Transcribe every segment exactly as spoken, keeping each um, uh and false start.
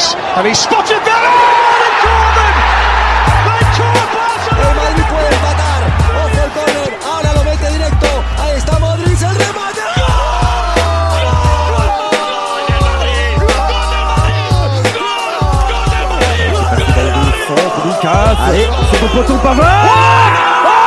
space, and he's spotted there. Oh, they caught them! They caught Barcelona! El Madrid puede empatar. Ojo el córner. Ahora lo mete directo. Ahí está Modric, el remate. Lucas, allez, c'est au poteau Pavard.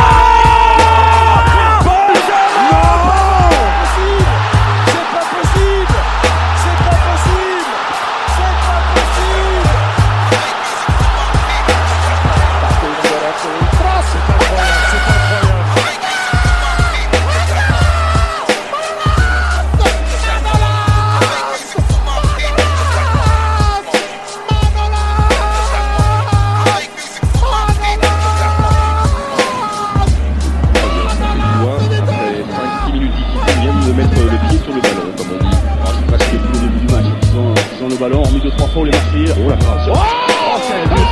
Le ballon en milieu de trois fois, les Marseillais. Oh la France. Oh, oh c'est le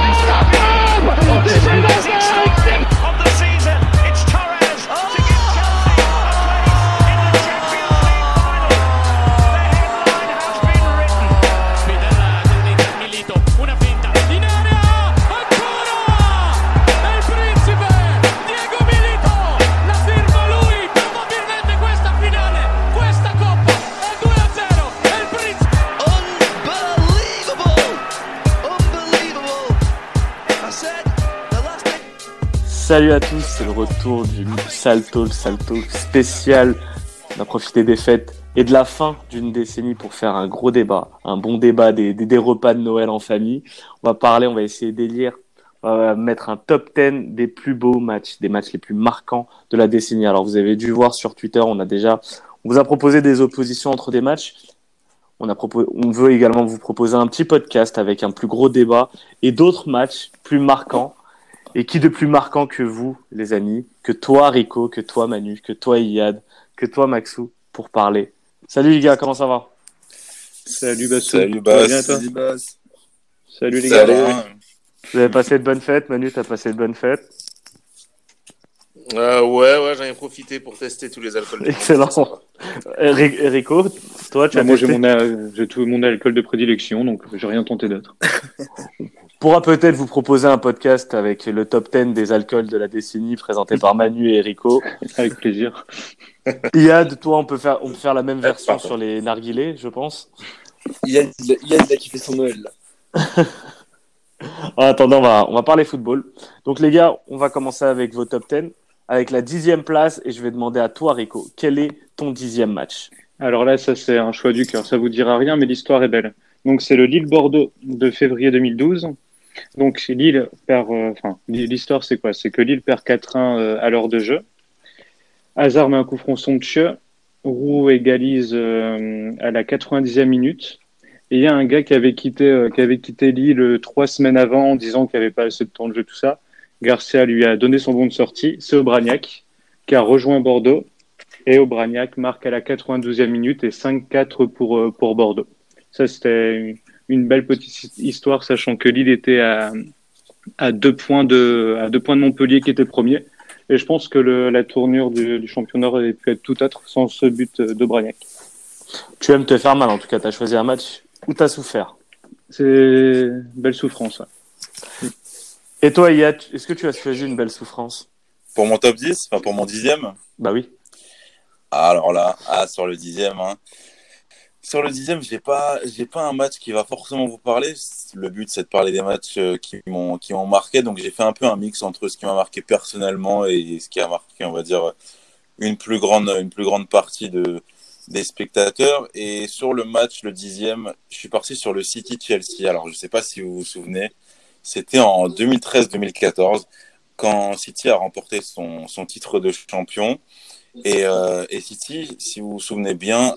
Salut à tous, c'est le retour du Sale Talk, Sale Talk spécial. On a profité des fêtes et de la fin d'une décennie pour faire un gros débat, un bon débat des, des, des repas de Noël en famille. On va parler, on va essayer d'élire, on va mettre un top dix des plus beaux matchs, des matchs les plus marquants de la décennie. Alors vous avez dû voir sur Twitter, on a déjà, on vous a proposé des oppositions entre des matchs. On a proposé, on veut également vous proposer un petit podcast avec un plus gros débat et d'autres matchs plus marquants. Et qui de plus marquant que vous, les amis, que toi, Rico, que toi, Manu, que toi, Iyad, que toi, Maxou, pour parler. Salut les gars, comment ça va? Salut Bassou. Salut Bass. Bien, toi? Salut Bass. Salut les Salut. gars. Vous avez passé de bonnes fêtes, Manu, t'as passé de bonnes fêtes? Euh, ouais, ouais, j'en ai profité pour tester tous les alcools. Excellent. R- Rico, toi, tu bah, as moi, testé... j'ai mon, euh, j'ai tout mon alcool de prédilection, donc j'ai rien tenté d'autre. On pourra peut-être vous proposer un podcast avec le top dix des alcools de la décennie présenté par Manu et Rico. Avec plaisir. Iyad, toi, on peut faire, on peut faire la même version Pardon. sur les narguilés, je pense. Yann, Yann a kiffé son Noël là. En attendant, on va, on va parler football. Donc les gars, on va commencer avec vos top dix, avec la dixième place, et je vais demander à toi, Rico, quel est ton dixième match? Alors là, ça c'est un choix du cœur, ça vous dira rien, mais l'histoire est belle. Donc c'est le Lille-Bordeaux de février deux mille douze. Donc Lille perd, euh, enfin l'histoire c'est quoi? C'est que Lille perd quatre un euh, à l'heure de jeu. Hazard met un coup franc somptueux. Roux égalise euh, à la quatre-vingt-dixième minute. Et il y a un gars qui avait quitté, euh, qui avait quitté Lille euh, trois semaines avant en disant qu'il n'y avait pas assez de temps de jeu, tout ça. Garcia lui a donné son bon de sortie. C'est Obraniak qui a rejoint Bordeaux. Et Obraniak marque à la quatre-vingt-douzième minute et cinq quatre pour, euh, pour Bordeaux. Ça, c'était une, une belle petite histoire, sachant que Lille était à, à, deux points de, à deux points de Montpellier qui était premier. Et je pense que le, la tournure du, du championnat aurait pu être tout autre sans ce but d'Obraniak. Tu aimes te faire mal, en tout cas, tu as choisi un match où tu as souffert. C'est une belle souffrance. Ouais. Et toi, Iyad, est-ce que tu as choisi une belle souffrance? Pour mon top dix, enfin pour mon dixième. Bah oui. Alors là, ah, sur le dixième, hein. Sur le dixième, j'ai pas, j'ai pas un match qui va forcément vous parler. Le but, c'est de parler des matchs qui m'ont, qui m'ont marqué. Donc, j'ai fait un peu un mix entre ce qui m'a marqué personnellement et ce qui a marqué, on va dire, une plus grande, une plus grande partie de, des spectateurs. Et sur le match, le dixième, je suis parti sur le City-Chelsea. Alors, je sais pas si vous vous souvenez, c'était en deux mille treize deux mille quatorze quand City a remporté son, son titre de champion. Et, euh, et City, si vous vous souvenez bien,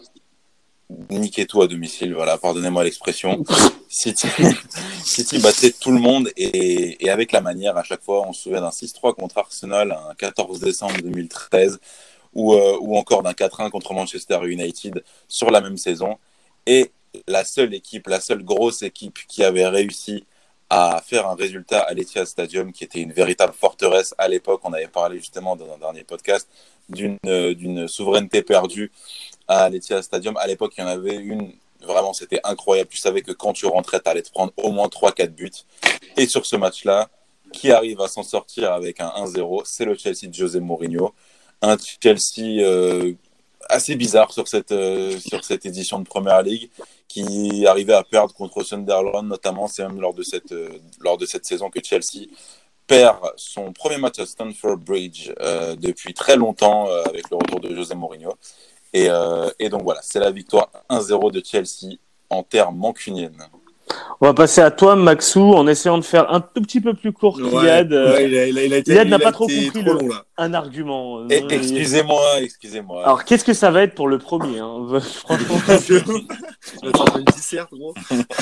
niquez tout à domicile, voilà, pardonnez-moi l'expression. City, City battait tout le monde et, et avec la manière, à chaque fois, on se souvient d'un six trois contre Arsenal, un quatorze décembre deux mille treize, ou, euh, ou encore d'un quatre un contre Manchester United sur la même saison. Et la seule équipe, la seule grosse équipe qui avait réussi à faire un résultat à l'Etihad Stadium, qui était une véritable forteresse à l'époque, on avait parlé justement dans un dernier podcast, d'une, d'une souveraineté perdue à l'Etihad Stadium. À l'époque, il y en avait une Vraiment, c'était incroyable. Tu savais que quand tu rentrais, tu allais te prendre au moins trois quatre buts. Et sur ce match-là, qui arrive à s'en sortir avec un un zéro, c'est le Chelsea de José Mourinho. Un Chelsea euh, assez bizarre sur cette, euh, sur cette édition de Premier League, qui arrivait à perdre contre Sunderland notamment. C'est même lors de cette, euh, lors de cette saison que Chelsea perd son premier match à Stamford Bridge euh, depuis très longtemps euh, avec le retour de José Mourinho. Et, euh, et donc voilà, c'est la victoire un zéro de Chelsea en terre mancunienne. On va passer à toi, Maxou, en essayant de faire un tout petit peu plus court qu'Iyad. Ouais, ouais, il a, il a, il a été, Iyad n'a il a pas trop été compris trop le, long, là. un argument. Et, Non, excusez-moi, excusez-moi. Alors, qu'est-ce que ça va être pour le premier hein Franchement, Tu vas te faire une disserte, gros.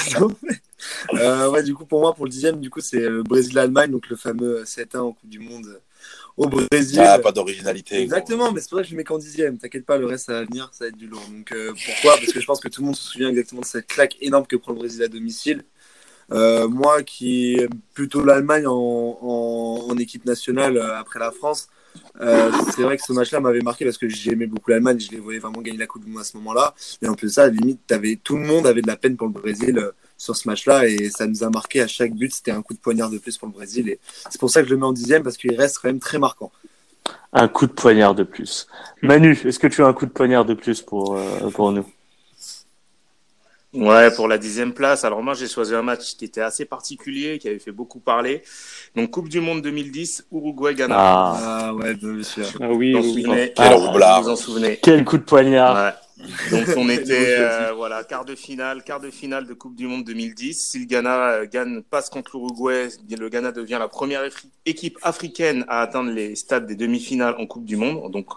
euh, ouais, du coup, pour moi, pour le dixième, du coup, c'est le Brésil-Allemagne, donc le fameux sept un en Coupe du Monde au Brésil. Ah, pas d'originalité. Exactement, gros. mais c'est pour ça que je le mets qu'en dixième. T'inquiète pas, le reste, ça va venir, ça va être du lourd. Donc, euh, pourquoi ? Parce que je pense que tout le monde se souvient exactement de cette claque énorme que prend le Brésil à domicile. Euh, moi qui aime plutôt l'Allemagne en, en, en équipe nationale euh, après la France, euh, c'est vrai que ce match-là m'avait marqué parce que j'aimais beaucoup l'Allemagne, je les voyais vraiment gagner la Coupe du Monde à ce moment-là. Et en plus de ça, limite, t'avais, tout le monde avait de la peine pour le Brésil euh, sur ce match-là et ça nous a marqué à chaque but. C'était un coup de poignard de plus pour le Brésil et c'est pour ça que je le mets en dixième parce qu'il reste quand même très marquant. un coup de poignard de plus. Manu, est-ce que tu as un coup de poignard de plus pour, euh, pour nous ? Ouais, pour la dixième place. Alors moi, j'ai choisi un match qui était assez particulier, qui avait fait beaucoup parler. Donc Coupe du Monde deux mille dix, Uruguay-Ghana. Ah, Ah ouais, bien sûr. Ah oui, Vous vous en oui. souvenez Quel Ah, roublard. Vous vous en souvenez quel coup de poignard. Ouais. Donc on était euh, voilà quart de finale, quart de finale de Coupe du Monde deux mille dix. Si le Ghana euh, gagne, passe contre l'Uruguay, le Ghana devient la première éfri- équipe africaine à atteindre les stades des demi-finales en Coupe du Monde. Donc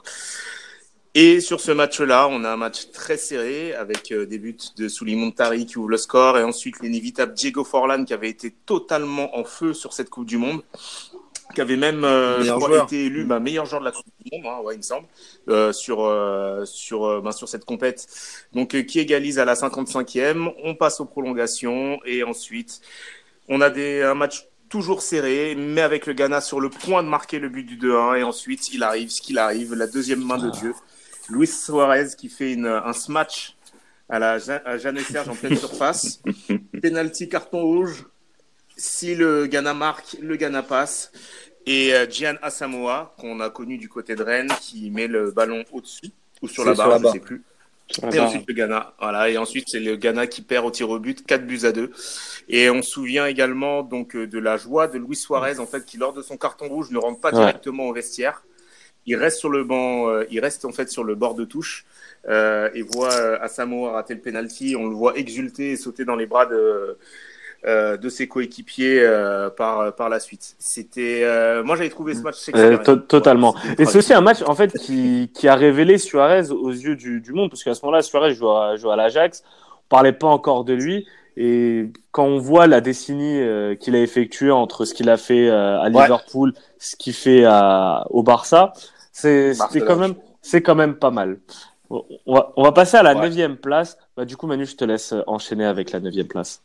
et sur ce match-là, on a un match très serré avec euh, des buts de Souli Montari qui ouvre le score et ensuite l'inévitable Diego Forlán qui avait été totalement en feu sur cette Coupe du Monde, qui avait même euh, je crois, été élu bah, meilleur joueur de la Coupe du Monde, hein, ouais, il me semble, euh, sur euh, sur euh, bah, sur cette compète. Donc euh, qui égalise à la cinquante-cinquième, on passe aux prolongations et ensuite on a des un match toujours serré, mais avec le Ghana sur le point de marquer le but du deux un et ensuite il arrive ce qu'il arrive, la deuxième main de Dieu. Luis Suarez qui fait une, un smash à la à Jeanne et Serge en pleine surface. Penalty, carton rouge. Si le Ghana marque, le Ghana passe. Et euh, Gian Asamoah, qu'on a connu du côté de Rennes, qui met le ballon au-dessus ou sur C'est la sur barre, la je ne barre. sais plus. Sur la Et barre. ensuite le Ghana. Voilà. Et ensuite, c'est le Ghana qui perd au tir au but, quatre buts à deux. Et on se souvient également donc, de la joie de Luis Suarez, en fait, qui, lors de son carton rouge, ne rentre pas Ouais. directement au vestiaire. Il reste sur le banc, euh, il reste en fait sur le bord de touche euh, et voit euh, Asamoah rater le penalty. On le voit exulter et sauter dans les bras de euh, de ses coéquipiers euh, par par la suite. C'était, euh, moi j'avais trouvé ce match Euh, shakespearien. to- totalement. Voilà, c'était Et c'est aussi un match en fait qui, qui a révélé Suarez aux yeux du, du monde, parce qu'à ce moment-là, Suarez joue à, joue à l'Ajax, on parlait pas encore de lui, et quand on voit la décennie euh, qu'il a effectuée entre ce qu'il a fait euh, à Liverpool, ce qu'il fait à, au Barça, c'est c'était Barcelone. quand même c'est quand même pas mal. On va, on va passer à la Ouais. neuvième place. Bah, du coup, Manu, je te laisse enchaîner avec la neuvième place.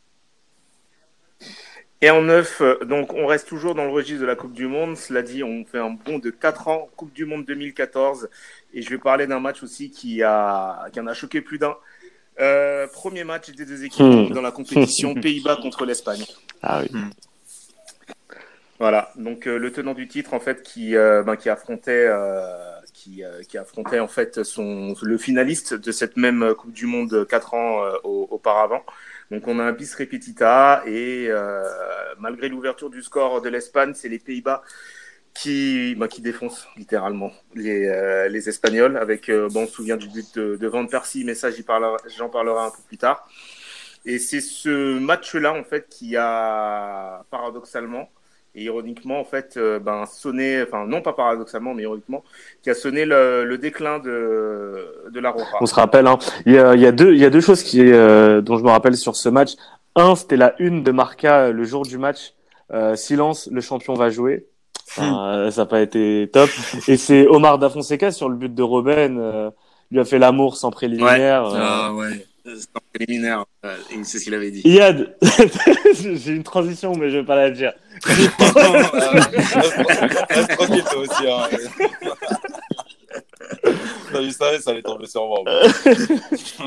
Et en neuf, euh, donc on reste toujours dans le registre de la Coupe du Monde. Cela dit, on fait un bond de quatre ans, Coupe du Monde deux mille quatorze. Et je vais parler d'un match aussi qui, a, qui en a choqué plus d'un. Euh, premier match des deux équipes Hmm. dans la compétition, Pays-Bas contre l'Espagne. Ah oui. Voilà, donc euh, le tenant du titre en fait qui euh, ben, qui affrontait euh, qui euh, qui affrontait en fait son le finaliste de cette même Coupe du Monde quatre ans euh, au- auparavant. Donc on a un bis repetita et euh, malgré l'ouverture du score de l'Espagne, c'est les Pays-Bas qui ben, qui défoncent littéralement les euh, les Espagnols avec euh, bon on se souvient du but de, de Van Persie, mais ça j'y parlerai j'en parlerai un peu plus tard. Et c'est ce match-là en fait qui a paradoxalement et ironiquement, en fait, euh, ben, sonné, enfin, non pas paradoxalement, mais ironiquement, qui a sonné le, le déclin de, de la Roja. On se rappelle, hein, il y a, il y a deux, il y a deux choses qui, euh, dont je me rappelle sur ce match. Un, c'était la une de Marca euh, le jour du match. Euh, silence, le champion va jouer. Enfin, euh, ça n'a pas été top. Et c'est Omar Da Fonseca sur le but de Robben. Euh, lui a fait l'amour sans préliminaire. Ouais. euh. Ah ouais. C'est un préliminaire, euh, et c'est ce qu'il avait dit. Iyad, j'ai une transition, mais je vais pas la dire. Reste tranquille, toi aussi. Hein. Non, je savais, ça allait tomber sur moi.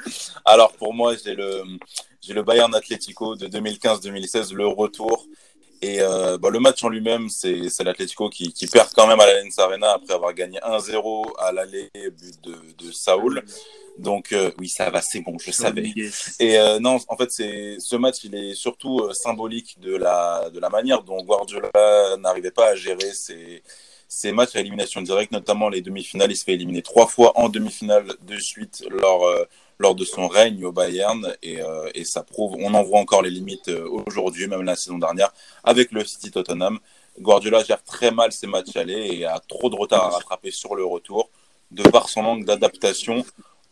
Alors pour moi, j'ai le, j'ai le Bayern Atlético de deux mille quinze deux mille seize, le retour. Et euh, bah, le match en lui-même, c'est, c'est l'Atlético qui, qui perd quand même à l'Allianz Arena après avoir gagné un zéro à l'aller, but de, de Saúl. Donc euh, oui, ça va, c'est bon, je savais. Et euh, non, en fait, c'est, ce match, il est surtout euh, symbolique de la, de la manière dont Guardiola n'arrivait pas à gérer ses, ses matchs à élimination directe, notamment les demi-finales. Il se fait éliminer trois fois en demi-finale de suite lors... Euh, lors de son règne au Bayern et, euh, et ça prouve, on en voit encore les limites euh, aujourd'hui, même la saison dernière avec le City Tottenham. Guardiola gère très mal ses matchs allés et a trop de retard à rattraper sur le retour de par son manque d'adaptation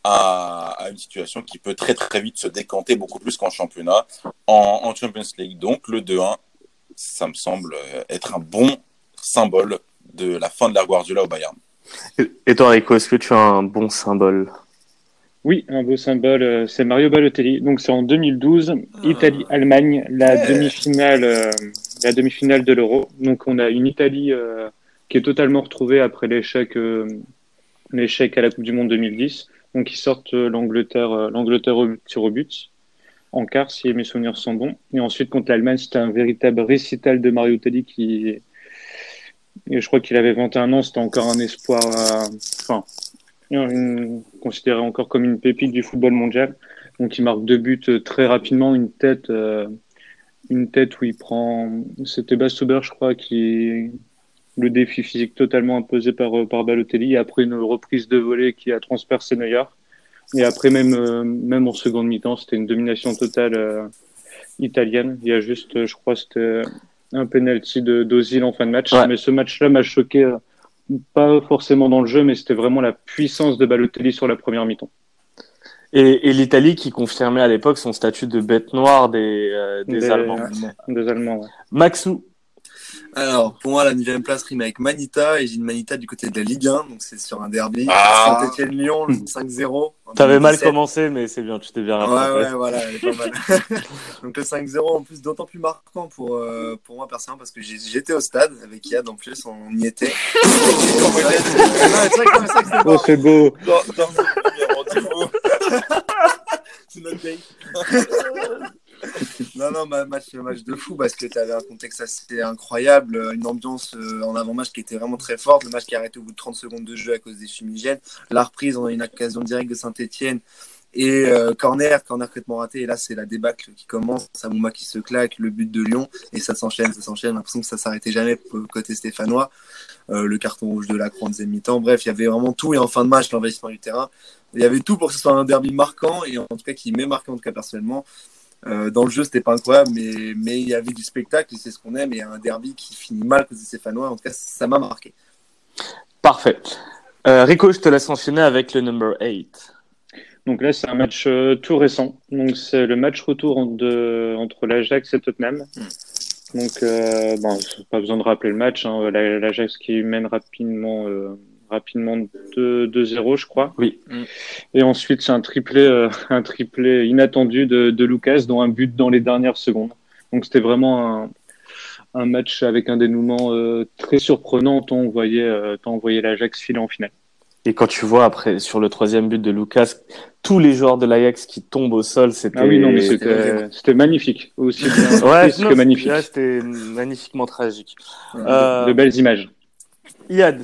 à, à une situation qui peut très très vite se décanter beaucoup plus qu'en championnat, en, en Champions League. Donc le deux un, ça me semble être un bon symbole de la fin de l'ère Guardiola au Bayern. Et toi Rico, est-ce que tu as un bon symbole ? Oui, un beau symbole, c'est Mario Balotelli. Donc c'est en deux mille douze, Italie-Allemagne, la yeah. demi-finale, euh, la demi-finale de l'Euro. Donc on a une Italie euh, qui est totalement retrouvée après l'échec, euh, l'échec à la Coupe du Monde deux mille dix. Donc ils sortent euh, l'Angleterre, euh, l'Angleterre au tir au but, en quart si mes souvenirs sont bons. Et ensuite contre l'Allemagne, c'était un véritable récital de Mario Balotelli qui, et je crois qu'il avait vingt et un ans, c'était encore un espoir. Euh... Enfin. Une, considéré encore comme une pépite du football mondial. Donc il marque deux buts très rapidement, une tête, euh, une tête où il prend, c'était Bastouber je crois, qui le défi physique totalement imposé par par Balotelli. Et après une reprise de volée qui a transpercé Neuer. Et après même euh, même en seconde mi-temps, c'était une domination totale euh, italienne. Il y a juste, je crois, c'était un penalty de d'Ozil en fin de match. Ouais. Mais ce match-là m'a choqué. Euh, Pas forcément dans le jeu, mais c'était vraiment la puissance de Balotelli sur la première mi-temps. Et, et l'Italie qui confirmait à l'époque son statut de bête noire des, euh, des, des Allemands. Des Allemands, ouais. Maxou. Alors, pour moi, la neuvième place rime avec Manita, et j'ai une Manita du côté de la Ligue un, donc c'est sur un derby. Ah Saint-Etienne-Lyon, cinq zéro. T'avais mal commencé, mais c'est bien, tu t'es bien rattrapé. Ouais, ouais, voilà, elle est pas mal. Donc le cinq zéro, en plus, d'autant plus marquant pour, euh, pour moi, personnellement, parce que j'ai, j'étais au stade avec Yad, en plus, on y était. Oh, c'est beau. C'est notre day. Non, non, match, match de fou parce que tu avais un contexte assez incroyable, une ambiance en avant-match qui était vraiment très forte, le match qui a arrêté au bout de trente secondes de jeu à cause des fumigènes, la reprise, on a une occasion directe de Saint-Etienne et euh, corner, corner complètement raté, et là c'est la débâcle qui commence, Samouma qui se claque, le but de Lyon, et ça s'enchaîne, ça s'enchaîne, l'impression que ça s'arrêtait jamais côté stéphanois, euh, le carton rouge de Lacroix en deuxième mi-temps, bref, il y avait vraiment tout, et en fin de match, l'envahissement du terrain, il y avait tout pour que ce soit un derby marquant, et en tout cas qui m'est marqué en tout cas personnellement. Euh, dans le jeu, c'était pas incroyable, mais, mais il y avait du spectacle, et c'est ce qu'on aime, et un derby qui finit mal côté stéphanois, en tout cas, ça m'a marqué. Parfait. Euh, Rico, je te laisse enchaîner avec le number eight. Donc là, c'est un match euh, tout récent. Donc c'est le match retour de, entre l'Ajax et Tottenham. Mm. Donc, euh, bon, pas besoin de rappeler le match. Hein, L'Ajax qui mène rapidement... Euh, rapidement deux zéro, je crois. Oui. Et ensuite, c'est un triplé, euh, un triplé inattendu de, de Lucas, dont un but dans les dernières secondes. Donc, c'était vraiment un, un match avec un dénouement euh, très surprenant, tant on voyait, euh, tant on voyait l'Ajax filer en finale. Et quand tu vois, après, sur le troisième but de Lucas, tous les joueurs de l'Ajax qui tombent au sol, c'était... Ah oui, non, mais c'était, c'était magnifique. Aussi bien ouais, non, que magnifique. Là, c'était magnifiquement tragique. Ouais, euh, de belles images. Yad,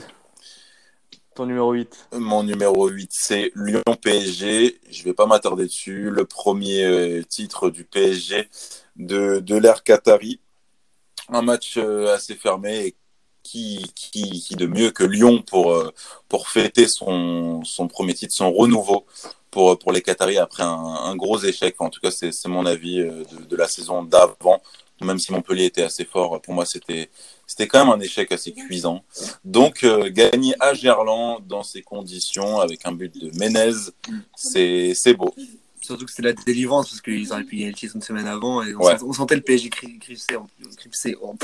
ton numéro huit. Mon numéro huit, c'est Lyon-P S G. Je ne vais pas m'attarder dessus. Le premier euh, titre du P S G de, de l'ère Qatari. Un match euh, assez fermé. Et qui, qui, qui de mieux que Lyon pour, euh, pour fêter son, son premier titre, son renouveau pour, pour les Qataris après un, un gros échec. En tout cas, c'est, c'est mon avis euh, de, de la saison d'avant. Même si Montpellier était assez fort, pour moi, c'était... C'était quand même un échec assez cuisant. Donc, euh, gagner à Gerland dans ces conditions, avec un but de Menez, c'est, c'est beau. Surtout que c'était la délivrance, parce qu'ils auraient pu gagner le titre une semaine avant, et on, ouais. sentait, on sentait le P S G cripsé. Cripsé. Oh,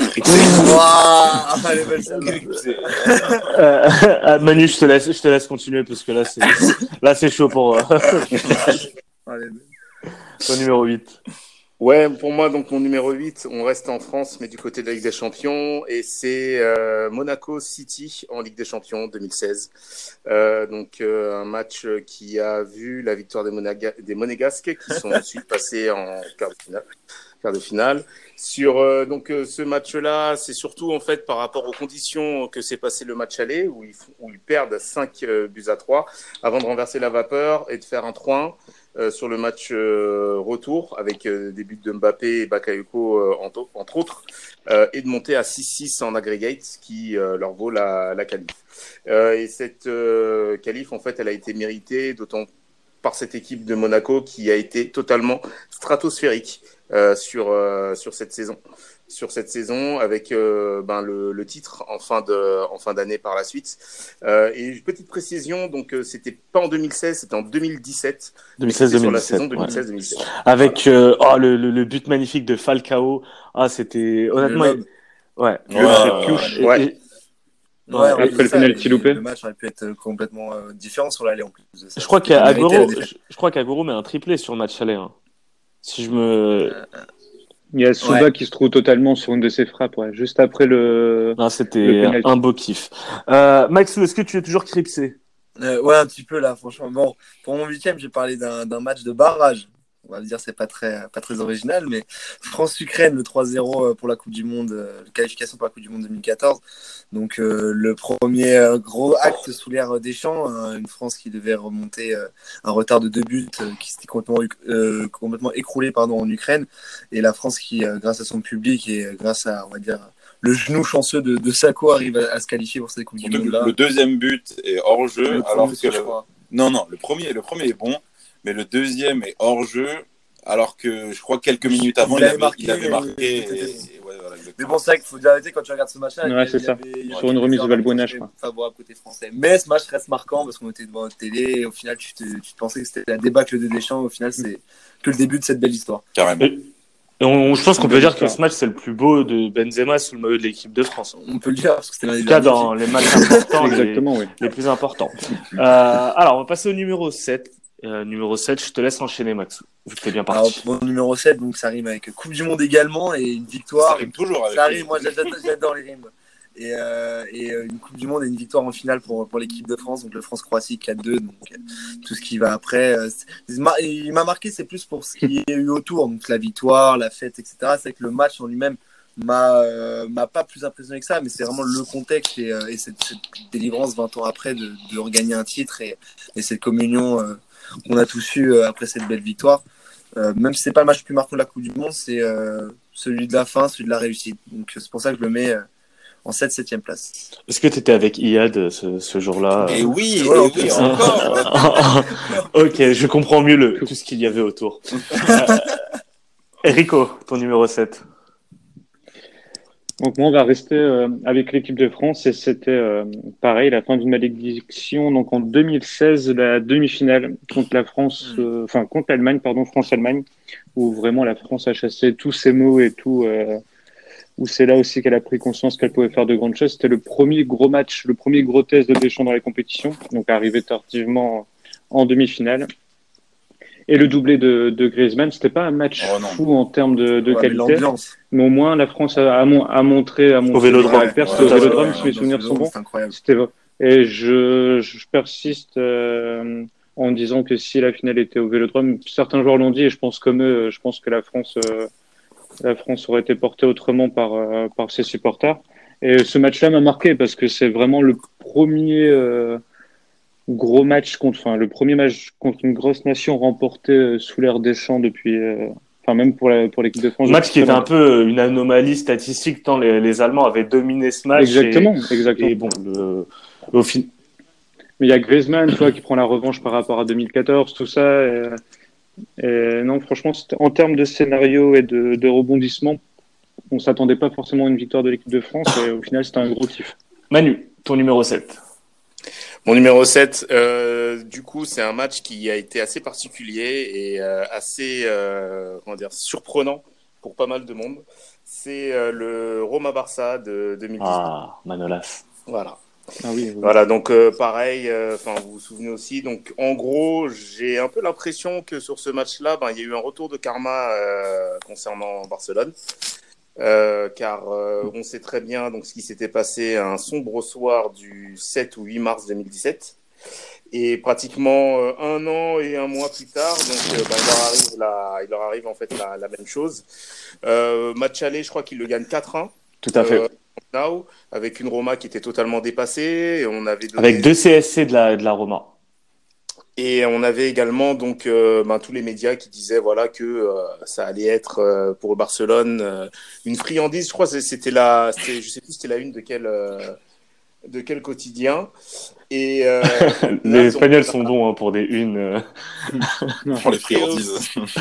euh, Manu, je te, laisse, je te laisse continuer, parce que là, c'est, là, c'est chaud pour... Allez. Ton numéro huit. Ouais, pour moi, donc mon numéro huit, on reste en France, mais du côté de la Ligue des Champions, et c'est euh, Monaco City en Ligue des Champions deux mille seize. Euh, donc euh, un match qui a vu la victoire des, Monaga- des Monégasques, qui sont ensuite passés en quart de finale. Quart de finale. Sur euh, donc euh, ce match-là, c'est surtout en fait par rapport aux conditions que s'est passé le match aller, où ils, où ils perdent cinq euh, buts à trois, avant de renverser la vapeur et de faire un trois un. Euh, sur le match euh, retour avec euh, des buts de Mbappé et Bakayoko euh, entre, entre autres euh, et de monter à six six en aggregate qui euh, leur vaut la, la qualif. Euh, et cette euh, qualif en fait elle a été méritée d'autant par cette équipe de Monaco qui a été totalement stratosphérique euh, sur, euh, sur cette saison. sur cette saison avec euh, ben, le, le titre en fin, de, en fin d'année par la suite. Euh, et une petite précision, donc euh, c'était pas en deux mille seize, c'était en deux mille dix-sept. deux mille seize deux mille dix-sept. Sur la saison deux mille seize deux mille dix-sept. Ouais. Avec voilà. euh, oh, le, le, le but magnifique de Falcao. Ah, c'était honnêtement. Le ouais. Le ouais, pioche. Ouais. ouais. Ouais, ouais, après le penalty loupé. Le match aurait pu être complètement euh, différent sur l'aller en plus. De ça. Je crois qu'Agüero, je, je crois qu'Agüero met un triplé sur le match aller. Hein. Si je me. Euh, Il y a Souba ouais. qui se trouve totalement sur une de ses frappes, ouais, juste après le. Non, c'était le un beau kiff. Euh, Max, est-ce que tu es toujours cripsé? euh, Ouais, un petit peu là, franchement. Bon, pour mon huitième, j'ai parlé d'un, d'un match de barrage. On va dire c'est pas très, pas très original, mais France-Ukraine, le trois zéro pour la Coupe du Monde, euh, qualification pour la Coupe du Monde deux mille quatorze. Donc euh, le premier euh, gros acte sous l'ère Deschamps, hein, une France qui devait remonter euh, un retard de deux buts, euh, qui s'était complètement, euh, complètement écroulé pardon, en Ukraine. Et la France qui, euh, grâce à son public et euh, grâce à, on va dire, le genou chanceux de, de Sakho, arrive à, à se qualifier pour cette Coupe du Monde. Le deuxième but est hors jeu, le alors que le... non non, le premier, le premier est bon. Mais le deuxième est hors jeu, alors que je crois que quelques minutes avant, il, il avait marqué. Il avait marqué et, et, et, ouais, voilà, mais bon, c'est vrai qu'il faut dire arrêter quand tu regardes ce match-là. Ouais, c'est ça. Avait, sur une remise de Valbuena, je crois. Favorable côté français. Mais ce match reste marquant parce qu'on était devant notre télé et au final, tu te, tu te pensais que c'était la débâcle de Deschamps. Au final, c'est que le début de cette belle histoire. Carrément. Et on, je pense qu'on peut dire que ce match, c'est le plus beau de Benzema sous le maillot de l'équipe de France. On peut le dire parce que c'était l'un des cas dans les matchs importants, Exactement, les, oui. les plus importants. Euh, alors, on va passer au numéro sept. Euh, numéro sept, je te laisse enchaîner, Max, vu que t'es bien parti. Alors, mon numéro sept, donc ça rime avec Coupe du Monde également et une victoire. Ça rime toujours avec ça rime, moi j'adore, j'adore les rimes. Et, euh, et une Coupe du Monde et une victoire en finale pour, pour l'équipe de France, donc le France-Croatie quatre deux, donc euh, tout ce qui va après. Euh, il m'a marqué, c'est plus pour ce qu'il y a eu autour, donc la victoire, la fête, et cetera. C'est que le match en lui-même m'a, euh, m'a pas plus impressionné que ça, mais c'est vraiment le contexte et, euh, et cette, cette délivrance vingt ans après de, de regagner un titre et, et cette communion. Euh, qu'on a tous eu euh, après cette belle victoire. Euh, même si c'est pas le match le plus marquant de la Coupe du Monde, c'est euh, celui de la fin, celui de la réussite. Donc c'est pour ça que je le mets euh, en sept septième place. Est-ce que tu étais avec Iyad ce, ce jour-là? Et oui, et ouais, oui, encore. Ok, je comprends mieux le, tout ce qu'il y avait autour. euh, Enrico, ton numéro sept. Donc moi, on va rester euh, avec l'équipe de France et c'était euh, pareil, la fin d'une malédiction. Donc en deux mille seize, la demi-finale contre la France, euh, enfin contre l'Allemagne, pardon, France-Allemagne, où vraiment la France a chassé tous ses mots et tout, euh, où c'est là aussi qu'elle a pris conscience qu'elle pouvait faire de grandes choses. C'était le premier gros match, le premier gros test de Deschamps dans les compétitions, donc arrivé tardivement en demi-finale. Et le doublé de, de Griezmann, c'était pas un match oh fou en termes de, de ouais, qualité, mais au moins la France a, a, a montré, a montré au Vélodrome, ouais, ouais, au Vélodrome, ouais, si mes souvenirs sont bons. C'était et je, je persiste euh, en disant que si la finale était au Vélodrome, certains joueurs l'ont dit et je pense comme eux, je pense que la France, euh, la France aurait été portée autrement par euh, par ses supporters. Et ce match-là m'a marqué parce que c'est vraiment le premier. Euh, Gros match contre, enfin, le premier match contre une grosse nation remporté euh, sous l'ère Deschamps depuis, euh, enfin, même pour, la, pour l'équipe de France. Match qui était un peu une anomalie statistique tant les, les Allemands avaient dominé ce match. Exactement, et, exactement. Et bon, le, au fin... Mais il y a Griezmann, tu vois, qui prend la revanche par rapport à deux mille quatorze, tout ça. Et, et non, franchement, en termes de scénario et de, de rebondissement, on s'attendait pas forcément à une victoire de l'équipe de France et au final, c'était un gros kiff. Manu, ton numéro sept. Mon numéro sept, euh, du coup, c'est un match qui a été assez particulier et euh, assez euh, comment dire, surprenant pour pas mal de monde. C'est euh, le Roma-Barça de deux mille dix-huit. Ah, Manolas. Voilà. Ah oui, oui. Voilà, donc euh, pareil, enfin vous vous souvenez aussi. Donc en gros, j'ai un peu l'impression que sur ce match-là, ben, il y a eu un retour de karma euh, concernant Barcelone. Euh, car euh, on sait très bien donc, ce qui s'était passé un sombre soir du sept ou huit mars deux mille dix-sept. Et pratiquement euh, un an et un mois plus tard, donc, euh, bah, il, leur arrive la, il leur arrive en fait la, la même chose. Euh, match aller, je crois qu'ils le gagnent quatre un. Tout à fait. Euh, now, avec une Roma qui était totalement dépassée. Et on avait donné... Avec deux C S C de la, de la Roma. Et on avait également donc euh, ben, tous les médias qui disaient voilà que euh, ça allait être euh, pour Barcelone euh, une friandise. Je crois que c'était la, c'était, je sais plus c'était la une de quel euh, de quel quotidien. Et euh, les là, Espagnols donc, sont bons hein, pour des unes. Euh... pour les friandises.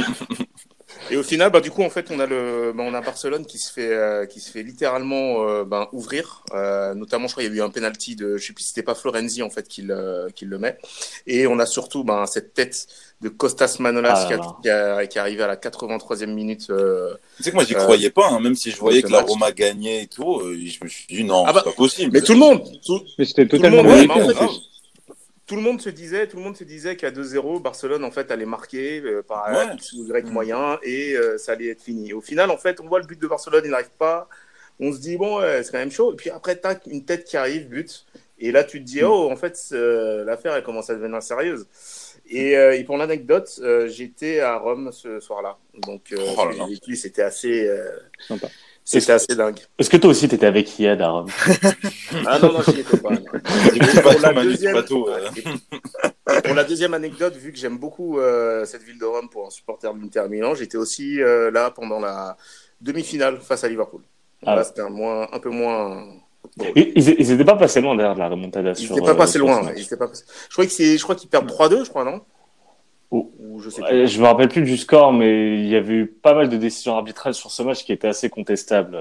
Et au final, bah, du coup, en fait, on a le, bah, on a Barcelone qui se fait, euh, qui se fait littéralement euh, bah, ouvrir. Euh, notamment, je crois qu'il y a eu un penalty de, je sais plus si c'était pas Florenzi en fait qui le, qui le met. Et on a surtout bah, cette tête de Kostas Manolas ah, qui, a, qui est arrivé à la quatre-vingt-troisième minute. Euh, tu sais que moi, j'y euh, croyais pas, hein, même si je voyais que match. la Roma gagnait et tout. Euh, je me suis dit non, ah bah, c'est pas possible. Mais tout le monde, tout, mais c'était tout totalement le monde, mérité, ouais, en fait, en plus. Tout le monde se disait, tout le monde se disait qu'à deux zéro, Barcelone en fait allait marquer euh, par ouais. X ou Y moyen et euh, ça allait être fini. Au final, en fait, on voit le but de Barcelone, il n'arrive pas. On se dit bon, ouais, c'est quand même chaud. Et puis après, tac, une tête qui arrive, but. Et là, tu te dis oh, en fait, euh, l'affaire elle commence à devenir sérieuse. Et, euh, et pour l'anecdote, euh, j'étais à Rome ce soir-là, donc euh, oh vécu, c'était assez euh, sympa. C'était assez dingue. Est-ce que toi aussi, tu étais avec Iyad à Rome? Ah non, non, j'y étais pas. pour, la deuxième... bateau, euh... pour la deuxième anecdote, vu que j'aime beaucoup euh, cette ville de Rome pour un supporter de l'Inter Milan, j'étais aussi euh, là pendant la demi-finale face à Liverpool. Ah, là, c'était un, moins, un peu moins... Bon, ils, ils étaient pas passés loin derrière de la remontada. Ils n'étaient pas passés euh, loin. Ouais. Ils étaient pas passés... Je crois qu'ils je crois qu'ils perdent trois deux, je crois, non? Oh. Je sais plus. Je me rappelle plus du score, mais il y avait eu pas mal de décisions arbitrales sur ce match qui étaient assez contestables.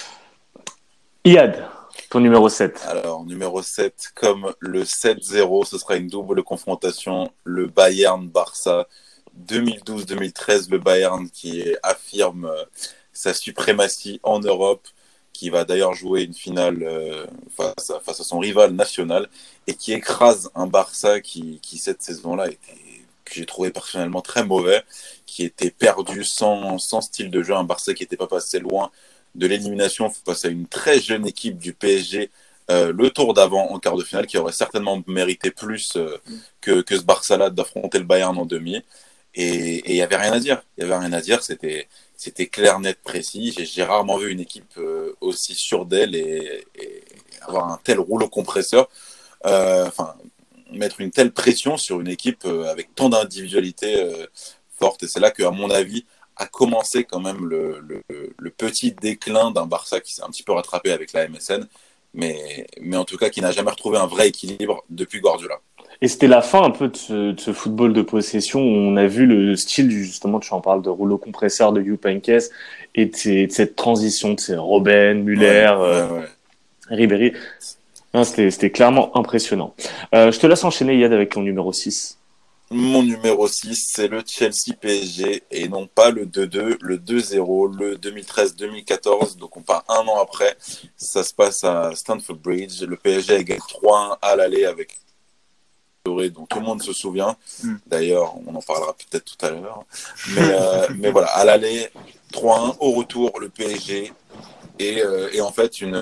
Iyad, ton numéro sept. Alors, numéro sept, comme le sept zéro, ce sera une double confrontation. Le Bayern-Barça, deux mille douze deux mille treize, le Bayern qui affirme sa suprématie en Europe, qui va d'ailleurs jouer une finale euh, face, à, face à son rival national, et qui écrase un Barça qui, qui cette saison-là, était, que j'ai trouvé personnellement très mauvais, qui était perdu sans, sans style de jeu, un Barça qui n'était pas passé loin de l'élimination face à une très jeune équipe du P S G, euh, le tour d'avant en quart de finale, qui aurait certainement mérité plus euh, que, que ce Barça-là d'affronter le Bayern en demi. Et il n'y avait rien à dire. Il n'y avait rien à dire. C'était, c'était clair, net, précis. J'ai, j'ai rarement vu une équipe euh, aussi sûre d'elle et, et avoir un tel rouleau compresseur. Enfin, euh, mettre une telle pression sur une équipe euh, avec tant d'individualité euh, forte. Et c'est là qu'à mon avis, a commencé quand même le, le, le petit déclin d'un Barça qui s'est un petit peu rattrapé avec la M S N, mais, mais en tout cas qui n'a jamais retrouvé un vrai équilibre depuis Guardiola. Et c'était la fin un peu de ce, de ce football de possession où on a vu le style, justement, tu en parles de rouleau compresseur de Jupp Heynckes et de, ces, de cette transition de ces Robben, Müller, ouais, euh, ouais, ouais. Ribéry. Non, c'était, c'était clairement impressionnant. Euh, je te laisse enchaîner, Yad, avec ton numéro six. Mon numéro six, c'est le Chelsea P S G et non pas le deux deux, le deux zéro, le deux mille treize deux mille quatorze. Donc on part un an après. Ça se passe à Stamford Bridge. Le P S G gagne trois un à l'aller avec Doré, dont tout le monde se souvient. D'ailleurs, on en parlera peut-être tout à l'heure. Mais, euh, mais voilà, à l'aller, trois un. Au retour, le P S G et, euh, et en fait une,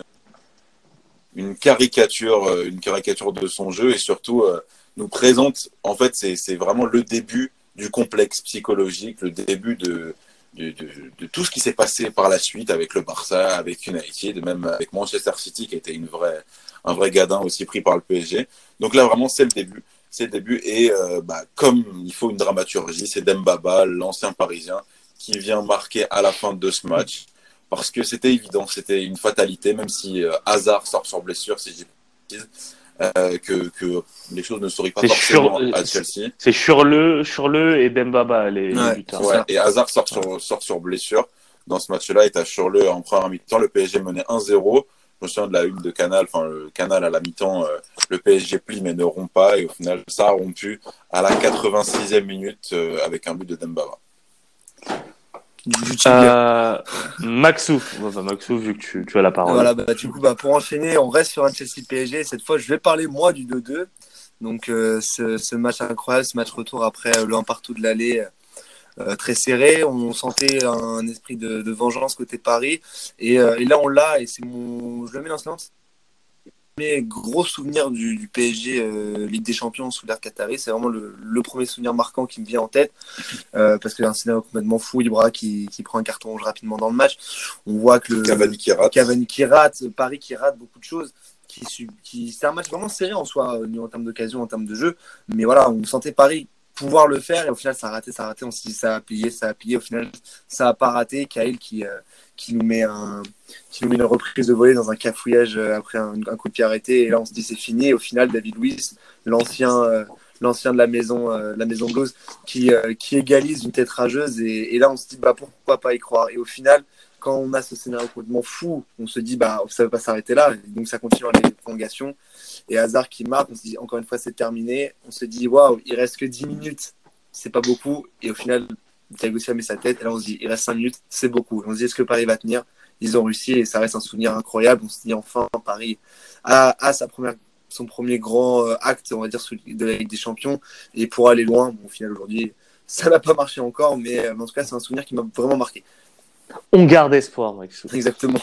une, caricature, une caricature de son jeu et surtout... Euh, nous présente, en fait, c'est, c'est vraiment le début du complexe psychologique, le début de, de, de, de tout ce qui s'est passé par la suite avec le Barça, avec United, même avec Manchester City, qui était une vraie, un vrai gadin aussi pris par le P S G. Donc là, vraiment, c'est le début. C'est le début. Et euh, bah, comme il faut une dramaturgie, c'est Dembaba, l'ancien Parisien, qui vient marquer à la fin de ce match. Parce que c'était évident, c'était une fatalité, même si euh, Hazard sort sur blessure, si je dis pas Euh, que, que les choses ne sourient pas c'est forcément sur, à Chelsea. C'est Schürrle, Schürrle et Dembaba les, ouais, les buteurs. Ouais, et Hazard sort sur, sort sur blessure dans ce match-là. Et t'as Schürrle en première mi-temps. Le P S G menait un zéro. Je me souviens de la une de Canal. Enfin, le Canal à la mi-temps, euh, le P S G plie mais ne rompt pas. Et au final, ça a rompu à la quatre-vingt-sixième minute euh, avec un but de Dembaba. du, du euh, Maxou, enfin, Maxou, vu que tu, tu as la parole. Voilà, bah, du coup, bah, pour enchaîner, on reste sur un Chelsea P S G. Cette fois, je vais parler moi du deux deux. Donc, euh, ce, ce match incroyable, ce match retour après euh, le un partout de l'aller. Euh, très serré, on sentait un esprit de, de vengeance côté Paris et, euh, et là on l'a et c'est mon, je le mets dans ce lance. Mes gros souvenirs du, du P S G euh, Ligue des Champions sous l'ère Qatari, c'est vraiment le, le premier souvenir marquant qui me vient en tête euh, parce que c'est un scénario complètement fou. Ibra qui, qui prend un carton rouge rapidement dans le match, on voit que le Cavani qui rate, Cavani qui rate, Paris qui rate beaucoup de choses. Qui, qui, c'est un match vraiment serré en soi en termes d'occasion, en termes de jeu, mais voilà, on sentait Paris pouvoir le faire et au final ça a raté, ça a raté, on s'est dit ça a plié, ça a plié, au final ça a pas raté. Kyle qui, euh, qui, nous met un, qui nous met une reprise de volée dans un cafouillage après un, un coup de pied arrêté et là on se dit c'est fini et au final David Luiz, l'ancien, euh, l'ancien de la maison, euh, la maison Blues qui, euh, qui égalise une tête rageuse et, et là on se dit bah pourquoi pas y croire et au final quand on a ce scénario complètement fou, on se dit bah ça ne va pas s'arrêter là, donc ça continue dans les prolongations. Et Hazard qui marque, on se dit encore une fois c'est terminé. On se dit waouh, il reste que dix minutes, c'est pas beaucoup. Et au final, Thiago Silva met sa tête. Et là on se dit il reste cinq minutes, c'est beaucoup. Et on se dit est-ce que Paris va tenir? Ils ont réussi et ça reste un souvenir incroyable. On se dit enfin Paris a, a sa première, son premier grand acte, on va dire, de la Ligue des Champions. Et pour aller loin, bon, au final aujourd'hui, ça n'a pas marché encore, mais en tout cas c'est un souvenir qui m'a vraiment marqué. On garde espoir, Maxou. Exactement.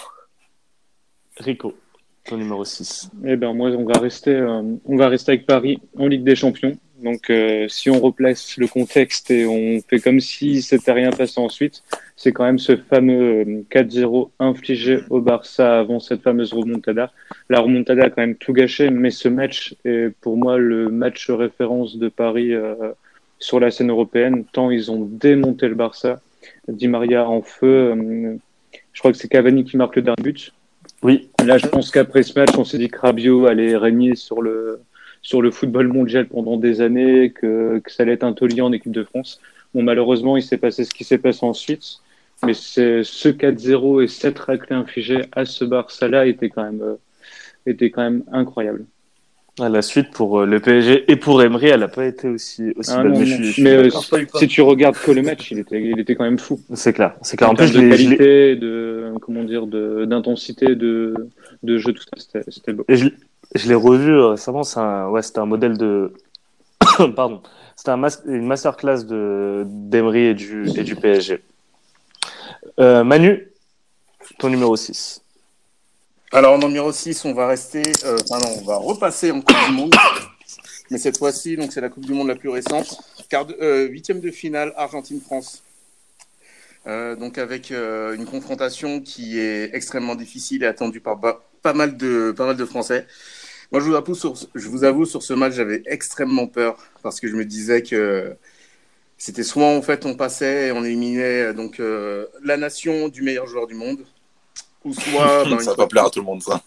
Rico, ton numéro six. Eh ben moi, on va rester, euh, on va rester avec Paris en Ligue des Champions. Donc, euh, si on replace le contexte et on fait comme si c'était rien passé ensuite, c'est quand même ce fameux quatre zéro infligé au Barça avant cette fameuse remontada. La remontada a quand même tout gâché, mais ce match est pour moi le match référence de Paris euh, sur la scène européenne. Tant ils ont démonté le Barça. Di Maria en feu. Euh, je crois que c'est Cavani qui marque le dernier but. Oui. Là, je pense qu'après ce match, on s'est dit que Rabiot allait régner sur le, sur le football mondial pendant des années, que, que ça allait être un taulier en équipe de France. Bon, malheureusement, il s'est passé ce qui s'est passé ensuite. Mais c'est, ce quatre zéro et cette raclée infligée à ce Barça-là était quand même, euh, était quand même incroyable. À la suite pour le P S G et pour Emery, elle n'a pas été aussi, aussi ah belle. Non, mais non, je, je mais euh, si, si tu regardes que le match, il était, il était quand même fou. C'est clair. C'est clair. En, en plus, de je qualité, de comment dire, de d'intensité, de de jeu, tout ça, c'était, c'était beau. Et je, je l'ai revu récemment. C'est un, ouais, c'était un modèle de, pardon, c'était un mas... une masterclass de d'Emery et du et du P S G. Euh, Manu, ton numéro six. Alors, en numéro six, on va rester, euh, enfin non, on va repasser en Coupe du Monde. Mais cette fois-ci, donc c'est la Coupe du Monde la plus récente. Quart de, euh, huitième de finale, Argentine-France. Euh, donc avec euh, une confrontation qui est extrêmement difficile et attendue par ba- pas mal de, pas mal de Français. Moi, je vous avoue, sur, je vous avoue, sur ce match, j'avais extrêmement peur parce que je me disais que c'était soit en fait on passait et on éliminait donc euh, la nation du meilleur joueur du monde. Ou soit, ben, ça va pas plaire à tout le monde, ça.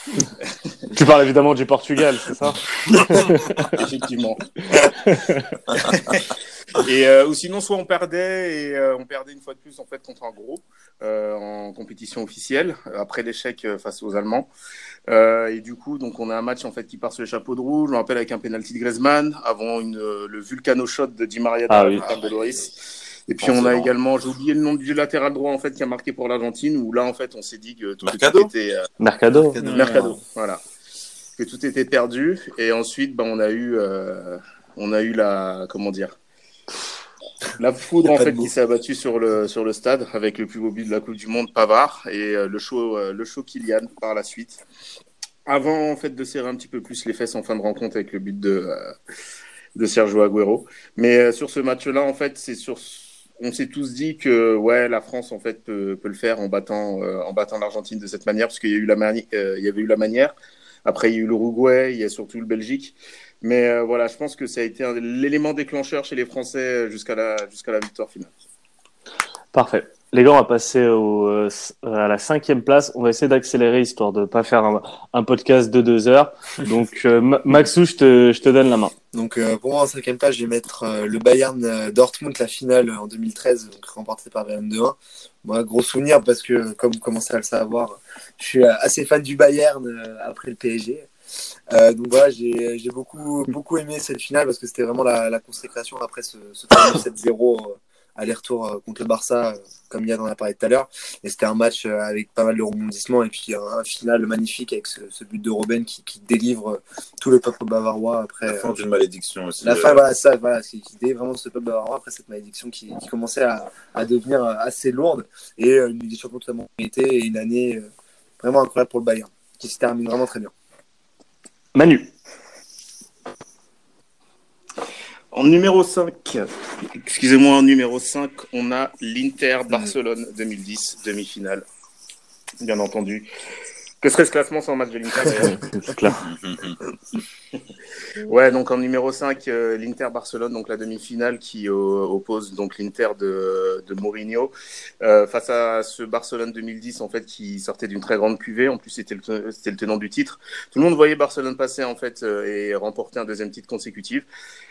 Tu parles évidemment du Portugal, c'est ça? Effectivement. et euh, ou sinon, soit on perdait et euh, on perdait une fois de plus en fait contre un gros euh, en compétition officielle après l'échec face aux Allemands. Euh, et du coup, donc on a un match en fait qui part sur les chapeaux de roue. Je me rappelle avec un penalty de Griezmann avant une, le Vulcano shot de Di Maria ah, dans oui. la de Loris. Et puis on a également, j'ai oublié le nom du latéral droit en fait qui a marqué pour l'Argentine, où là en fait on s'est dit que tout, Mercado. tout était euh, Mercado. Mercado, Mercado, voilà, que tout était perdu. Et ensuite, ben on a eu, euh, on a eu la, comment dire, la foudre en fait qui s'est abattue sur le sur le stade avec le plus beau but de la Coupe du Monde, Pavard, et euh, le show, euh, le show Kylian par la suite. Avant en fait de serrer un petit peu plus les fesses en fin de rencontre avec le but de euh, de Sergio Agüero. Mais euh, sur ce match-là, en fait, c'est sur on s'est tous dit que ouais, la France en fait peut, peut le faire en battant euh, en battant l'Argentine de cette manière, parce qu'il y a eu la mani- euh, il y avait eu la manière. Après, il y a eu l'Uruguay, il y a surtout le Belgique. Mais euh, voilà, je pense que ça a été un, l'élément déclencheur chez les Français jusqu'à la jusqu'à la victoire finale. Parfait. Les gars, on va passer au, euh, à la cinquième place. On va essayer d'accélérer histoire de pas faire un, un podcast de deux heures. Donc, euh, Maxou, je te, je te donne la main. Donc, euh, pour moi, en cinquième place, je vais mettre euh, le Bayern euh, Dortmund, la finale en deux mille treize, donc remportée par Bayern deux un. Moi, gros souvenir parce que, comme vous commencez à le savoir, je suis assez fan du Bayern euh, après le P S G. Euh, donc voilà, j'ai, j'ai beaucoup, beaucoup aimé cette finale parce que c'était vraiment la, la consécration après ce, ce sept zéro aller-retour euh, contre le Barça, euh, comme Yann en a parlé tout à l'heure. Et c'était un match euh, avec pas mal de rebondissements et puis un, un final magnifique avec ce, ce but de Robben qui, qui délivre euh, tout le peuple bavarois après. La fin euh, d'une malédiction aussi. La euh... fin, voilà, ça, voilà, qui, qui délivre vraiment ce peuple bavarois après cette malédiction qui, qui commençait à, à devenir assez lourde et euh, une Ligue des Champions totalement méritée et une année euh, vraiment incroyable pour le Bayern qui se termine vraiment très bien. Manu. En numéro cinq, excusez-moi, en numéro cinq, on a l'Inter Barcelone deux mille dix, demi-finale, bien entendu. Que serait ce classement sans match de l'Inter d'ailleurs? C'est clair. Ouais, donc en numéro cinq, euh, l'Inter Barcelone, donc la demi-finale qui euh, oppose donc l'Inter de, de Mourinho euh, face à ce Barcelone deux mille dix en fait qui sortait d'une très grande cuvée. En plus, c'était le, c'était le tenant du titre. Tout le monde voyait Barcelone passer en fait euh, et remporter un deuxième titre consécutif.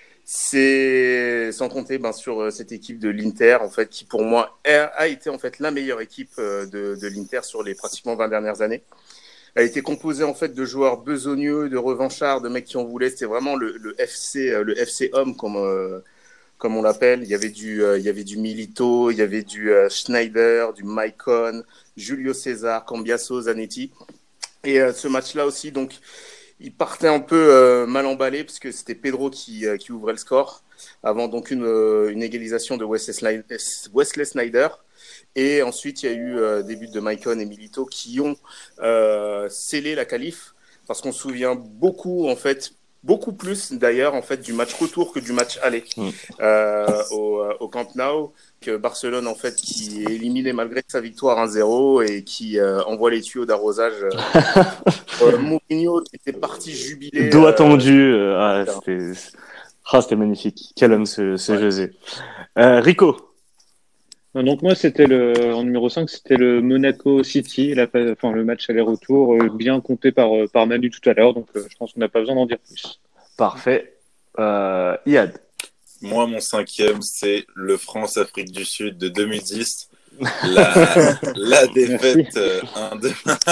C'est sans compter ben, sur cette équipe de l'Inter en fait qui pour moi a été en fait la meilleure équipe de, de l'Inter sur les pratiquement vingt dernières années. Elle a été composée en fait de joueurs besogneux, de revanchards, de mecs qui en voulaient. C'était vraiment le, le F C, le F C homme comme euh, comme on l'appelle. Il y avait du, euh, il y avait du Milito, il y avait du euh, Schneider, du Maicon, Julio César, Cambiaso, Zanetti. Et euh, ce match-là aussi, donc, il partait un peu euh, mal emballé parce que c'était Pedro qui, euh, qui ouvrait le score avant donc une, euh, une égalisation de Wesley, Wesley Sneijder. Et ensuite, il y a eu euh, des buts de Maicon et Milito qui ont euh, scellé la qualif parce qu'on se souvient beaucoup, en fait, beaucoup plus d'ailleurs en fait, du match retour que du match aller mmh. euh, au, au Camp Nou. Que Barcelone, en fait, qui est éliminé malgré sa victoire un zéro et qui euh, envoie les tuyaux d'arrosage. Euh, euh, Mourinho qui était parti jubiler. Doigt tendu. Euh, ah, c'était... Ah, c'était magnifique. Quel homme ce, ce ouais. José. Euh, Rico. Donc moi, c'était le en numéro cinq, c'était le Monaco City, la, enfin, le match aller-retour, euh, bien compté par, par Manu tout à l'heure. Donc euh, je pense qu'on n'a pas besoin d'en dire plus. Parfait. Euh, Iad. Moi, mon cinquième, c'est le France-Afrique du Sud de deux mille dix. La, la défaite euh, un deux.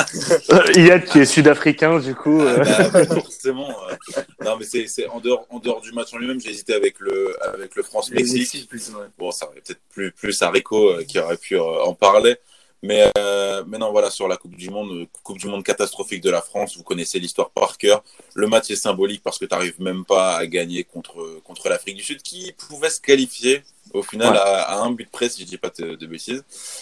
Iad qui est sud-africain, du coup. Euh... Ah bah, forcément. Euh... Non, mais c'est, c'est en, dehors, en dehors du match en lui-même, j'ai hésité avec le, avec le France-Mexique. Plus, ouais. Bon, ça aurait peut-être plus, plus à Rico euh, qui aurait pu euh, en parler. Mais, euh, mais non, voilà, sur la Coupe du Monde, Coupe du Monde catastrophique de la France, vous connaissez l'histoire par cœur. Le match est symbolique parce que tu n'arrives même pas à gagner contre, contre l'Afrique du Sud, qui pouvait se qualifier au final ouais. à, à un but près, si je ne dis pas de, de bêtises.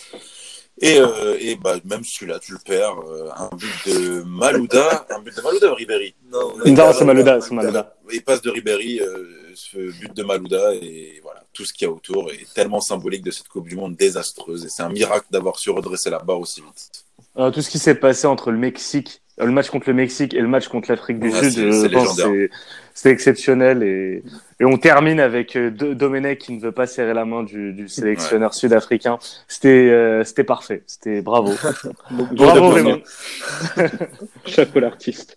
Et, euh, et bah, même celui-là, tu le perds. Euh, un but de Malouda, un but de Malouda ou Ribéry? Non, non c'est Malouda, c'est Malouda. Il passe de Ribéry, euh, ce but de Malouda, et voilà. Tout ce qu'il y a autour est tellement symbolique de cette Coupe du Monde désastreuse. Et c'est un miracle d'avoir su redresser la barre aussi vite. Alors, tout ce qui s'est passé entre le Mexique, le match contre le Mexique et le match contre l'Afrique du ah, Sud, c'est, je c'est pense que c'est exceptionnel. Et, et on termine avec Domenech qui ne veut pas serrer la main du, du sélectionneur ouais. sud-africain. C'était, euh, c'était parfait. C'était bravo. Bravo Raymond. Chapeau l'artiste.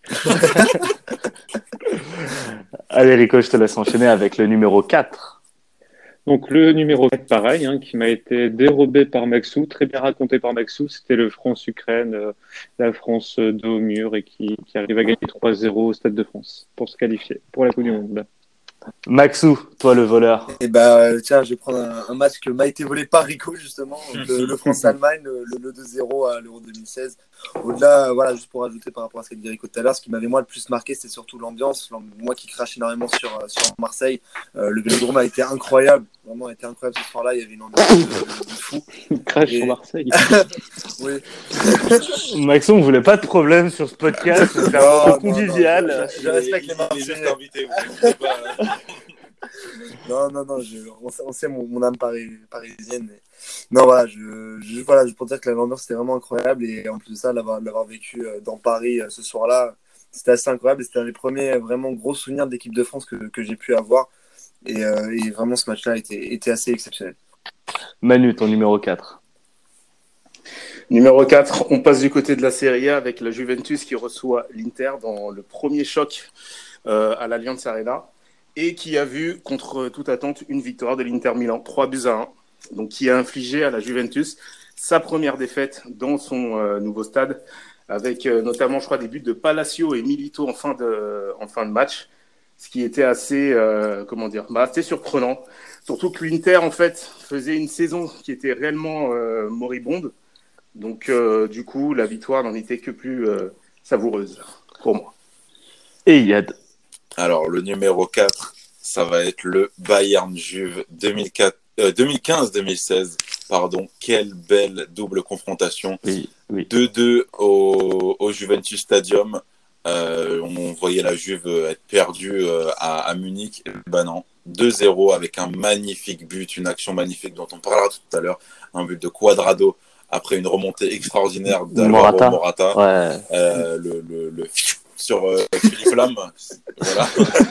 Allez Rico, je te laisse enchaîner avec le numéro quatre. Donc le numéro quatre, pareil, hein, qui m'a été dérobé par Maxou, très bien raconté par Maxou, c'était le France-Ukraine, euh, la France euh, dos au mur et qui, qui arrive à gagner trois zéro au Stade de France pour se qualifier pour la Coupe du Monde. Maxou, toi le voleur. Et bah euh, tiens, je vais prendre un, un match que m'a été volé par Rico justement, le, le France-Allemagne, le, le deux zéro à l'Euro deux mille seize. Au-delà, voilà, juste pour ajouter par rapport à ce qu'a dit Rico tout à l'heure, ce qui m'avait moi le plus marqué, c'était surtout l'ambiance. Moi qui crache énormément sur, sur Marseille, euh, le Vélodrome a été incroyable, vraiment a été incroyable ce soir-là. Il y avait une ambiance de, de fou. Crash et... sur Marseille. Oui. Maxou, on voulait pas de problème sur ce podcast, c'est un peu convivial. Je, je respecte les Marseillais. Non, non, non, je, on, sait, on sait mon, mon âme pari, parisienne. Mais... Non, voilà, je, je, voilà, je pour dire que l'ambiance était vraiment incroyable et en plus de ça, l'avoir, l'avoir vécu dans Paris ce soir-là, c'était assez incroyable et c'était un des premiers vraiment gros souvenirs d'équipe de France que, que j'ai pu avoir et, euh, et vraiment ce match-là était, était assez exceptionnel. Manu, ton numéro quatre. Numéro quatre, on passe du côté de la Serie A avec la Juventus qui reçoit l'Inter dans le premier choc euh, à l'Allianz Arena. Et qui a vu, contre toute attente, une victoire de l'Inter Milan, trois buts à un. Donc, qui a infligé à la Juventus sa première défaite dans son euh, nouveau stade, avec euh, notamment, je crois, des buts de Palacio et Milito en fin de, en fin de match. ce qui était assez, euh, comment dire, bah, assez surprenant. Surtout que l'Inter, en fait, faisait une saison qui était réellement euh, moribonde. Donc, euh, du coup, la victoire n'en était que plus euh, savoureuse pour moi. Et Yad. Alors, le numéro quatre, ça va être le Bayern Juve deux mille quatre, euh, deux mille quinze deux mille seize. Pardon, quelle belle double confrontation. Oui, oui. deux deux au, au Juventus Stadium. Euh, on voyait la Juve être perdue euh, à, à Munich. Ben non, deux zéro avec un magnifique but, une action magnifique dont on parlera tout à l'heure. Un but de Cuadrado après une remontée extraordinaire d'Alvaro Morata. Morata. Ouais. Euh, le, le, le sur euh, Philippe Lam, voilà,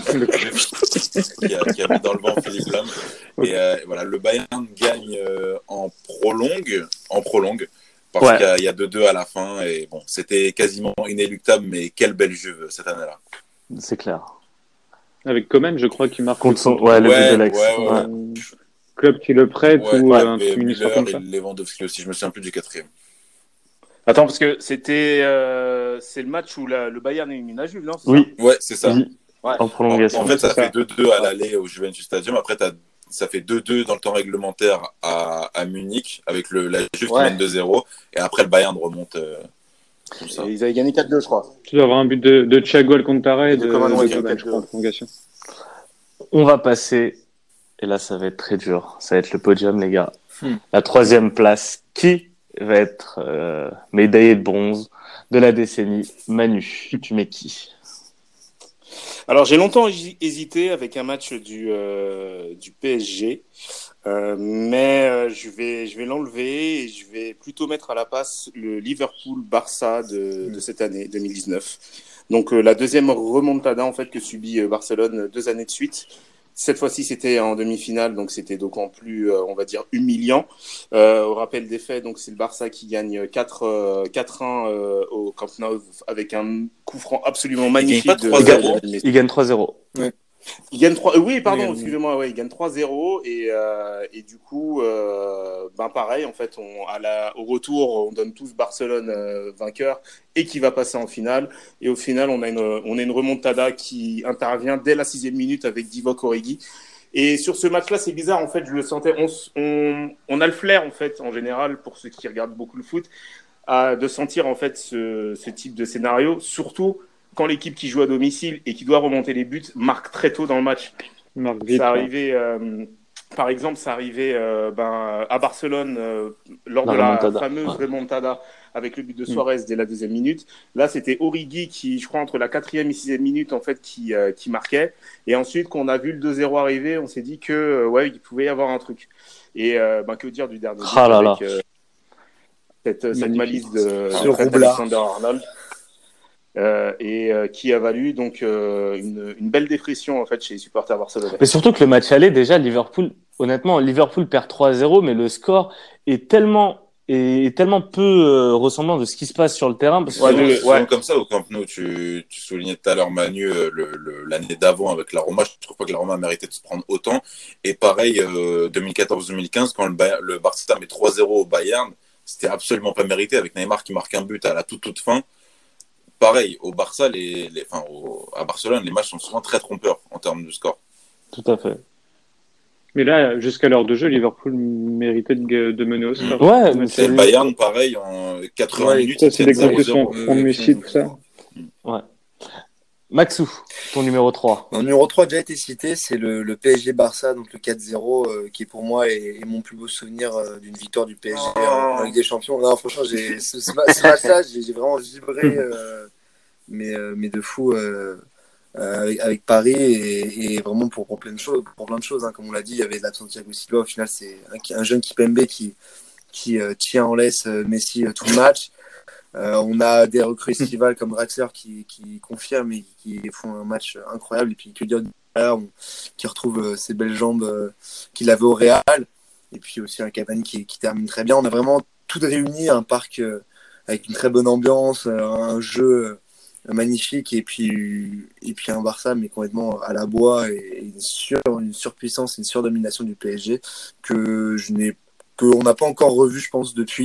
qui, a, qui a mis dans le vent Philippe Lam. Et euh, voilà, le Bayern gagne euh, en prolongue, en prolongue, parce Ouais. qu'il y a deux deux à la fin. Et bon, c'était quasiment inéluctable, mais quelle belle Juve cette année-là. C'est clair. Avec Coman, je crois qu'il marque Contre son... contre- Ouais, le Ouais, but de l'ex. ouais, ouais, Ouais. Euh, club qui le prête Ouais, ou ouais, euh, un- et une histoire Müller comme ça. et Lewandowski aussi, je me souviens plus du quatrième. Attends, parce que c'était euh, c'est le match où la, le Bayern élimine la Juve, non c'est Oui, Ouais, c'est ça. oui. Ouais. En En, prolongation. en fait, ça c'est ça. fait deux deux à l'aller au Juventus Stadium. Après, t'as- ça fait deux deux dans le temps réglementaire à, à Munich, avec le, la Juve Ouais. qui mène deux zéro. Et après, le Bayern remonte euh, comme ça. Et ils avaient gagné quatre deux, je crois. Tu dois avoir un but de, de Thiago Alcantara et Et de, de Coman, ouais, de qui a Coman, quatre je crois, en deux. prolongation. On va passer, et là ça va être très dur, ça va être le podium les gars. Hmm. La troisième place, qui va être euh, médaillé de bronze de la décennie? Manu, tu mets qui? Alors, j'ai longtemps hési- hésité avec un match du, euh, du P S G, euh, mais euh, je vais, je vais l'enlever et je vais plutôt mettre à la passe le Liverpool-Barça de, de cette année, deux mille dix-neuf. Donc, euh, la deuxième remontada en fait, que subit euh, Barcelone deux années de suite. Cette fois-ci, c'était en demi-finale, donc c'était d'autant plus, euh, on va dire, humiliant. Euh, au rappel des faits, donc c'est le Barça qui gagne quatre un euh, au Camp Nou avec un coup franc absolument magnifique. pas de- trois zéro. de Messi. Il gagne trois zéro. Il gagne trois. euh, oui, pardon, Oui, oui. excusez-moi, ouais, il gagne trois zéro et euh, et du coup, euh, ben pareil, en fait, on à la au retour, on donne tous Barcelone euh, vainqueur et qui va passer en finale. Et au final, on a une on a une remontada qui intervient dès la sixième minute avec Divock Origi. Et sur ce match-là, c'est bizarre, en fait, je le sentais. On, s- on, on a le flair, en fait, en général, pour ceux qui regardent beaucoup le foot, à, de sentir, en fait, ce, ce type de scénario, surtout quand l'équipe qui joue à domicile et qui doit remonter les buts marque très tôt dans le match. Il marque vite, Ça ouais. arrivait, euh, par exemple, ça arrivait euh, ben, à Barcelone euh, lors La de la remontada, fameuse ouais. remontada avec le but de Suarez dès la deuxième minute. Là, c'était Origi qui, je crois, entre la quatrième et sixième minute, en fait, qui, euh, qui marquait. Et ensuite, quand on a vu le deux zéro arriver, on s'est dit que euh, ouais, il pouvait y avoir un truc. Et euh, ben, que dire du dernier but Ah là là. avec euh, cette, cette Magnifique. malice de Ce de Trent roublard. Alexander-Arnold. Euh, et euh, qui a valu donc euh, une, une belle dépression en fait chez les supporters barcelonais. Mais surtout que le match aller, déjà, Liverpool, honnêtement, Liverpool perd trois zéro, mais le score est tellement, est tellement peu euh, ressemblant de ce qui se passe sur le terrain. Parce que Ouais, Souvent, de- c'est souvent ouais. comme ça au Camp Nou. Tu, tu soulignais tout à l'heure, Manu, euh, le- le- l'année d'avant avec la Roma. Je trouve pas que la Roma méritait de se prendre autant. Et pareil, euh, deux mille quatorze deux mille quinze, quand le, Bay- le Barça met trois zéro au Bayern, c'était absolument pas mérité avec Neymar qui marque un but à la toute, toute fin. Pareil, au Barça, les, les, enfin, au- à Barcelone, les matchs sont souvent très trompeurs en termes de score. tout à fait. Mais là, jusqu'à l'heure de jeu, Liverpool méritait de, de mener au score. Ouais, mais Ouais, Et c'est le Bayern, pareil, en quatre-vingts Ouais, minutes, Ça, ils c'est des tiennent goals de son zéro zéro. fond de Messi, tout ça. Maxou, ton numéro trois. Mon numéro trois a déjà été cité, c'est le, le P S G-Barça, donc le quatre zéro, euh, qui pour moi est, est mon plus beau souvenir euh, d'une victoire du P S G Oh. en, en Ligue des Champions. Non, franchement, j'ai, ce, ce, ma- ce match-là, j'ai, j'ai vraiment vibré, euh, mais, euh, mais de fou euh, euh, avec, avec Paris et, et vraiment pour, pour plein de choses. Pour plein de choses hein. Comme on l'a dit, il y avait de l'absence de Thiago Silva. Au final, c'est un, un jeune Kipembe qui, qui euh, tient en laisse euh, Messi euh, tout le match. Euh, on a des recrues estivales comme Draxler qui, qui confirment et qui font un match incroyable. Et puis, que dire derrière, on- qui retrouve euh, ses belles jambes euh, qu'il avait au Real. Et puis aussi un Cavani qui, qui termine très bien. On a vraiment tout réuni, un parc euh, avec une très bonne ambiance, euh, un jeu euh, magnifique. Et puis, et puis un Barça, mais complètement à la bois et, et une, sur, une surpuissance, une surdomination du P S G que je n'ai, qu'on n'a pas encore revu, je pense, depuis.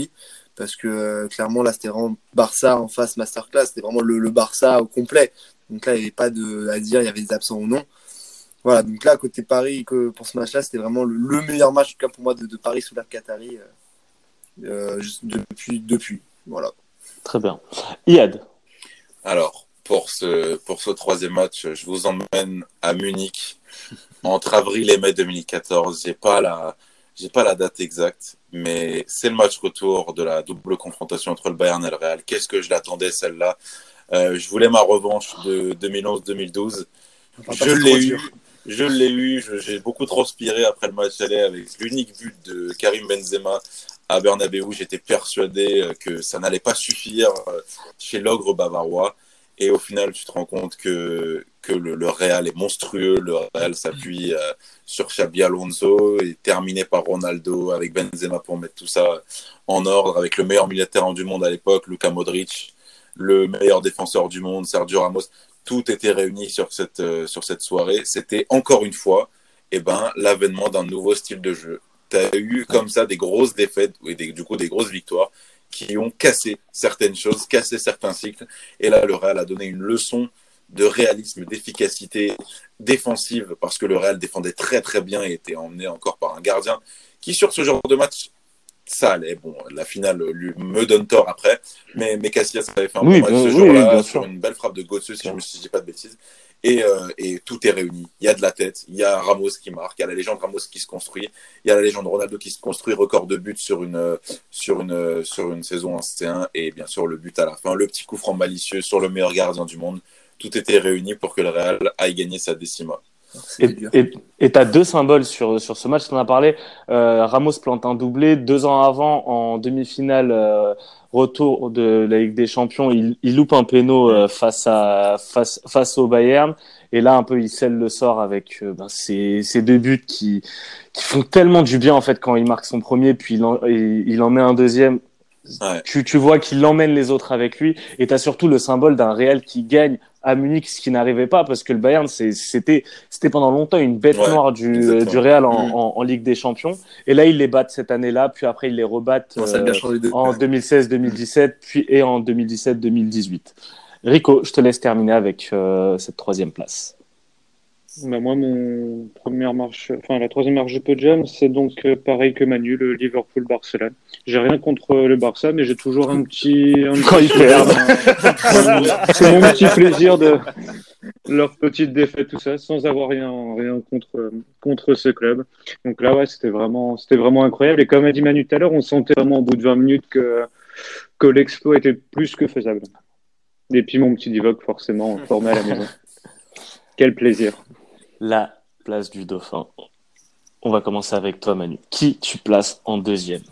parce que euh, clairement là c'était vraiment Barça en face masterclass, c'était vraiment le, le Barça au complet. Donc là il n'y avait pas de, à dire il y avait des absents ou non. Voilà, donc là côté Paris que pour ce match-là c'était vraiment le, le meilleur match en tout cas pour moi de, de Paris sous l'ère Qatari euh, euh, juste depuis, depuis. Voilà. Très bien. Iyad. Alors, pour ce, pour ce troisième match, je vous emmène à Munich entre avril et mai deux mille quatorze. J'ai pas la, j'ai pas la date exacte, mais c'est le match retour de la double confrontation entre le Bayern et le Real. Qu'est-ce que je l'attendais celle-là? euh, Je voulais ma revanche de deux mille onze deux mille douze. Je l'ai eu. Je l'ai eu. Je, j'ai beaucoup transpiré après le match aller avec l'unique but de Karim Benzema à Bernabeu. J'étais persuadé que ça n'allait pas suffire chez l'ogre bavarois. Et au final, tu te rends compte que, que le, le Real est monstrueux. Le Real s'appuie euh, sur Xabi Alonso et terminé par Ronaldo avec Benzema pour mettre tout ça en ordre, avec le meilleur milieu de terrain du monde à l'époque, Luka Modric, le meilleur défenseur du monde, Sergio Ramos. Tout était réuni sur cette, euh, sur cette soirée. C'était encore une fois eh ben, l'avènement d'un nouveau style de jeu. Tu as eu comme ça des grosses défaites et des, du coup des grosses victoires qui ont cassé certaines choses, cassé certains cycles. Et là, le Real a donné une leçon de réalisme, d'efficacité défensive, parce que le Real défendait très très bien et était emmené encore par un gardien qui, sur ce genre de match, ça allait. Bon, la finale lui, me donne tort après, mais, mais Casillas avait fait un oui, bon match euh, ce oui, jour-là, oui, sur une belle frappe de Götze, si je ne me dis pas de bêtises. Et, euh, et tout est réuni. Il y a de la tête, il y a Ramos qui marque, il y a la légende Ramos qui se construit, il y a la légende Ronaldo qui se construit, record de buts sur une, sur une, sur une saison en C un, et bien sûr le but à la fin, le petit coup franc malicieux sur le meilleur gardien du monde. Tout était réuni pour que le Real aille gagner sa décima. Et tu as deux symboles sur, sur ce match, tu en as parlé. Euh, Ramos plante un doublé. Deux ans avant, en demi-finale, euh, retour de la Ligue des Champions, il, il loupe un péno euh, face, à, face, face au Bayern. Et là, un peu, il scelle le sort avec euh, ben, ces, ces deux buts qui, qui font tellement du bien en fait quand il marque son premier, puis il en, il, il en met un deuxième. Ouais. Tu, tu vois qu'il emmène les autres avec lui. Et tu as surtout le symbole d'un Real qui gagne à Munich, ce qui n'arrivait pas, parce que le Bayern, c'est, c'était, c'était pendant longtemps une bête ouais, noire du, du Real en, mmh. en, en Ligue des Champions. Et là, ils les battent cette année-là, puis après, ils les rebattent euh, en deux mille seize deux mille dix-sept, puis et en deux mille dix-sept deux mille dix-huit. Rico, je te laisse terminer avec euh, cette troisième place. Bah moi, mon première marche, enfin la troisième marche de podium, c'est donc euh, pareil que Manu, le Liverpool-Barcelone. J'ai rien contre le Barça, mais j'ai toujours un petit. Un Quand ils perdent. C'est mon petit plaisir de leur petite défaite, tout ça, sans avoir rien, rien contre, contre ce club. Donc là, ouais, c'était vraiment, c'était vraiment incroyable. Et comme a dit Manu tout à l'heure, on sentait vraiment au bout de vingt minutes que, que l'exploit était plus que faisable. Et puis mon petit Divock, forcément, formé à la maison. Quel plaisir. La place du Dauphin. On va commencer avec toi, Manu. Qui tu places en deuxième?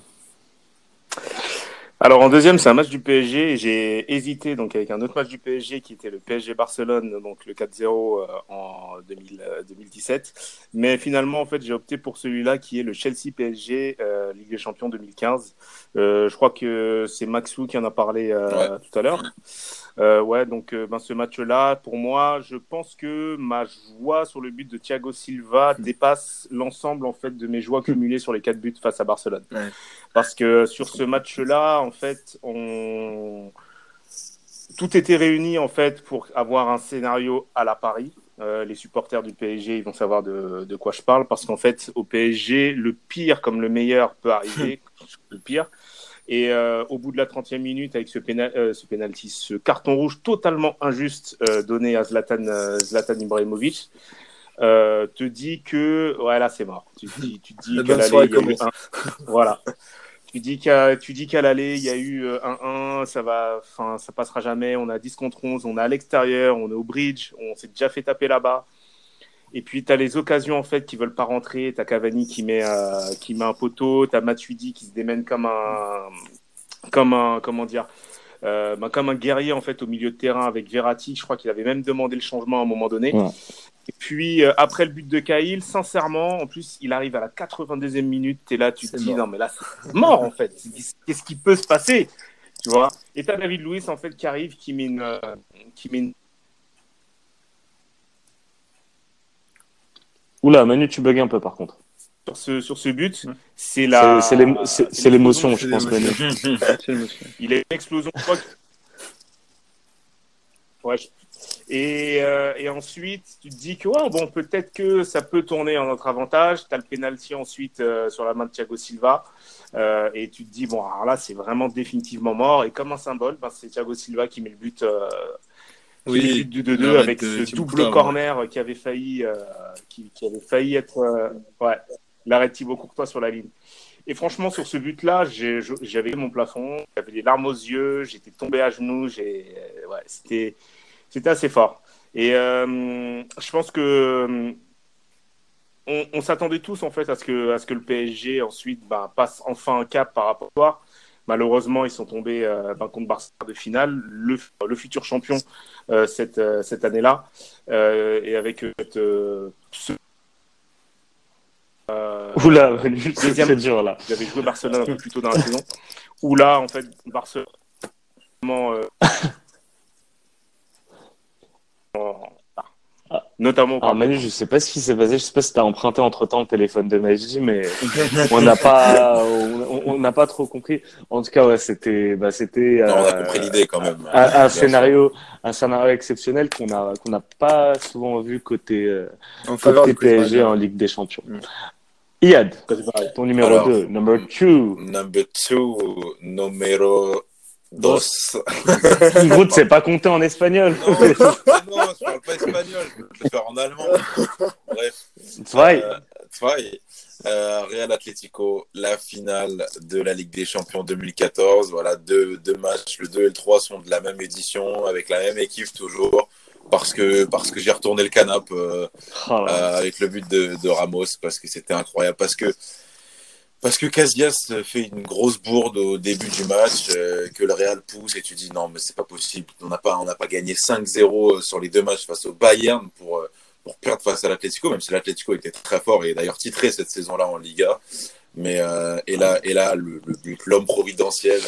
Alors en deuxième, c'est un match du P S G. J'ai hésité donc avec un autre match du P S G qui était le P S G Barcelone, donc le quatre zéro en deux mille dix-sept. Mais finalement, en fait, j'ai opté pour celui-là qui est le Chelsea P S G euh, Ligue des Champions deux mille quinze. Euh, je crois que c'est Maxou qui en a parlé euh, ouais. tout à l'heure. Euh, ouais, donc euh, ben, ce match-là, pour moi, je pense que ma joie sur le but de Thiago Silva dépasse l'ensemble en fait de mes joies cumulées sur les quatre buts face à Barcelone. Ouais. Parce que sur ce match-là, en fait, on... tout était réuni en fait pour avoir un scénario à la Paris. Euh, les supporters du P S G, ils vont savoir de, de quoi je parle, parce qu'en fait, au P S G, le pire comme le meilleur peut arriver, le pire. Et euh, au bout de la trentième minute, avec ce, pénal, euh, ce pénalty, ce carton rouge totalement injuste euh, donné à Zlatan, euh, Zlatan Ibrahimovic, euh, te dit que ouais, là c'est mort. Tu, tu, tu dis qu'à l'aller, il y a eu un... voilà. Tu dis qu'à, tu dis qu'à l'aller, il y a eu un un, ça va, enfin, ça passera jamais. On a dix contre onze, on est à l'extérieur, on est au bridge, on s'est déjà fait taper là-bas. Et puis, tu as les occasions en fait qui veulent pas rentrer. Tu as Cavani qui met, euh, qui met un poteau. Tu as Matuidi qui se démène comme un, comme un, comment dire, euh, bah, comme un guerrier en fait au milieu de terrain avec Verratti. Je crois qu'il avait même demandé le changement à un moment donné. Ouais. Et puis, euh, après le but de Cahill, sincèrement, en plus, il arrive à la quatre-vingt-deuxième minute. Tu es là, tu te dis, non, mais là, c'est mort en fait. Qu'est-ce qui peut se passer? Tu vois? Et tu as David Luiz en fait qui arrive, qui met une. Euh, qui met une... Oula, Manu, tu bugs un peu par contre. sur ce, sur ce but, c'est la. C'est, c'est, l'émo- c'est, c'est l'émotion, je pense. Manu. C'est l'émotion. Il a une explosion. je crois que- Ouais. je- Et, euh, et ensuite, tu te dis que ouais, bon, peut-être que ça peut tourner en notre avantage. Tu as le penalty ensuite euh, sur la main de Thiago Silva. Euh, et tu te dis, bon, alors là, c'est vraiment définitivement mort. Et comme un symbole, ben, c'est Thiago Silva qui met le but, euh, qui met le but du deux deux l'arrêt avec de ce Thibaut double Courtois, ouais. corner qui avait failli, euh, qui, qui avait failli être euh, ouais, l'arrêt de Thibaut Courtois sur la ligne. Et franchement, sur ce but-là, j'ai, je- j'avais mon plafond, j'avais les larmes aux yeux, j'étais tombé à genoux. J'ai, euh, ouais, c'était, c'était assez fort. Et euh, je pense que on, on s'attendait tous en fait à ce que, à ce que le P S G ensuite bah, passe enfin un cap par rapport à toi. Malheureusement, ils sont tombés euh, bah, contre Barça de finale, le, le futur champion euh, cette, euh, cette année-là. Euh, et avec euh, ce. Euh, Oula, Manu, c'est, deuxième, c'est dur là. J'avais joué Barcelone un peu plus tôt dans la saison, où là, en fait, Barcelone. Euh, notamment au Alors Manu, je sais pas ce qui s'est passé, je sais pas si t'as emprunté entre-temps le téléphone de Magie, mais on n'a pas, on on n'a pas trop compris. En tout cas, ouais, c'était, bah, c'était Non, on a euh, compris l'idée quand même. un, un Bien scénario, un scénario exceptionnel qu'on a, qu'on n'a pas souvent vu côté, euh, En faveur côté du P S G P S G. en Ligue des Champions. Mm. Iyad, ton numéro Alors, deux, number two. Number two, numero dos. Groot, c'est pas compté en espagnol. Non, non, je parle pas espagnol, je peux le faire en allemand. Bref. Zwei. Euh, Zwei. Euh, Real Atlético, la finale de la Ligue des Champions deux mille quatorze. Voilà, deux, deux matchs, le deux et le trois sont de la même édition, avec la même équipe toujours, parce que, parce que j'ai retourné le canapé euh, Oh là. euh, avec le but de, de Ramos, parce que c'était incroyable, parce que Parce que Casillas fait une grosse bourde au début du match, euh, que le Real pousse et tu dis non mais c'est pas possible, on n'a pas on n'a pas gagné cinq zéro sur les deux matchs face au Bayern pour euh, pour perdre face à l'Atlético, même si l'Atlético était très fort et d'ailleurs titré cette saison-là en Liga. Mais euh, et là et là le, le but, l'homme providentiel,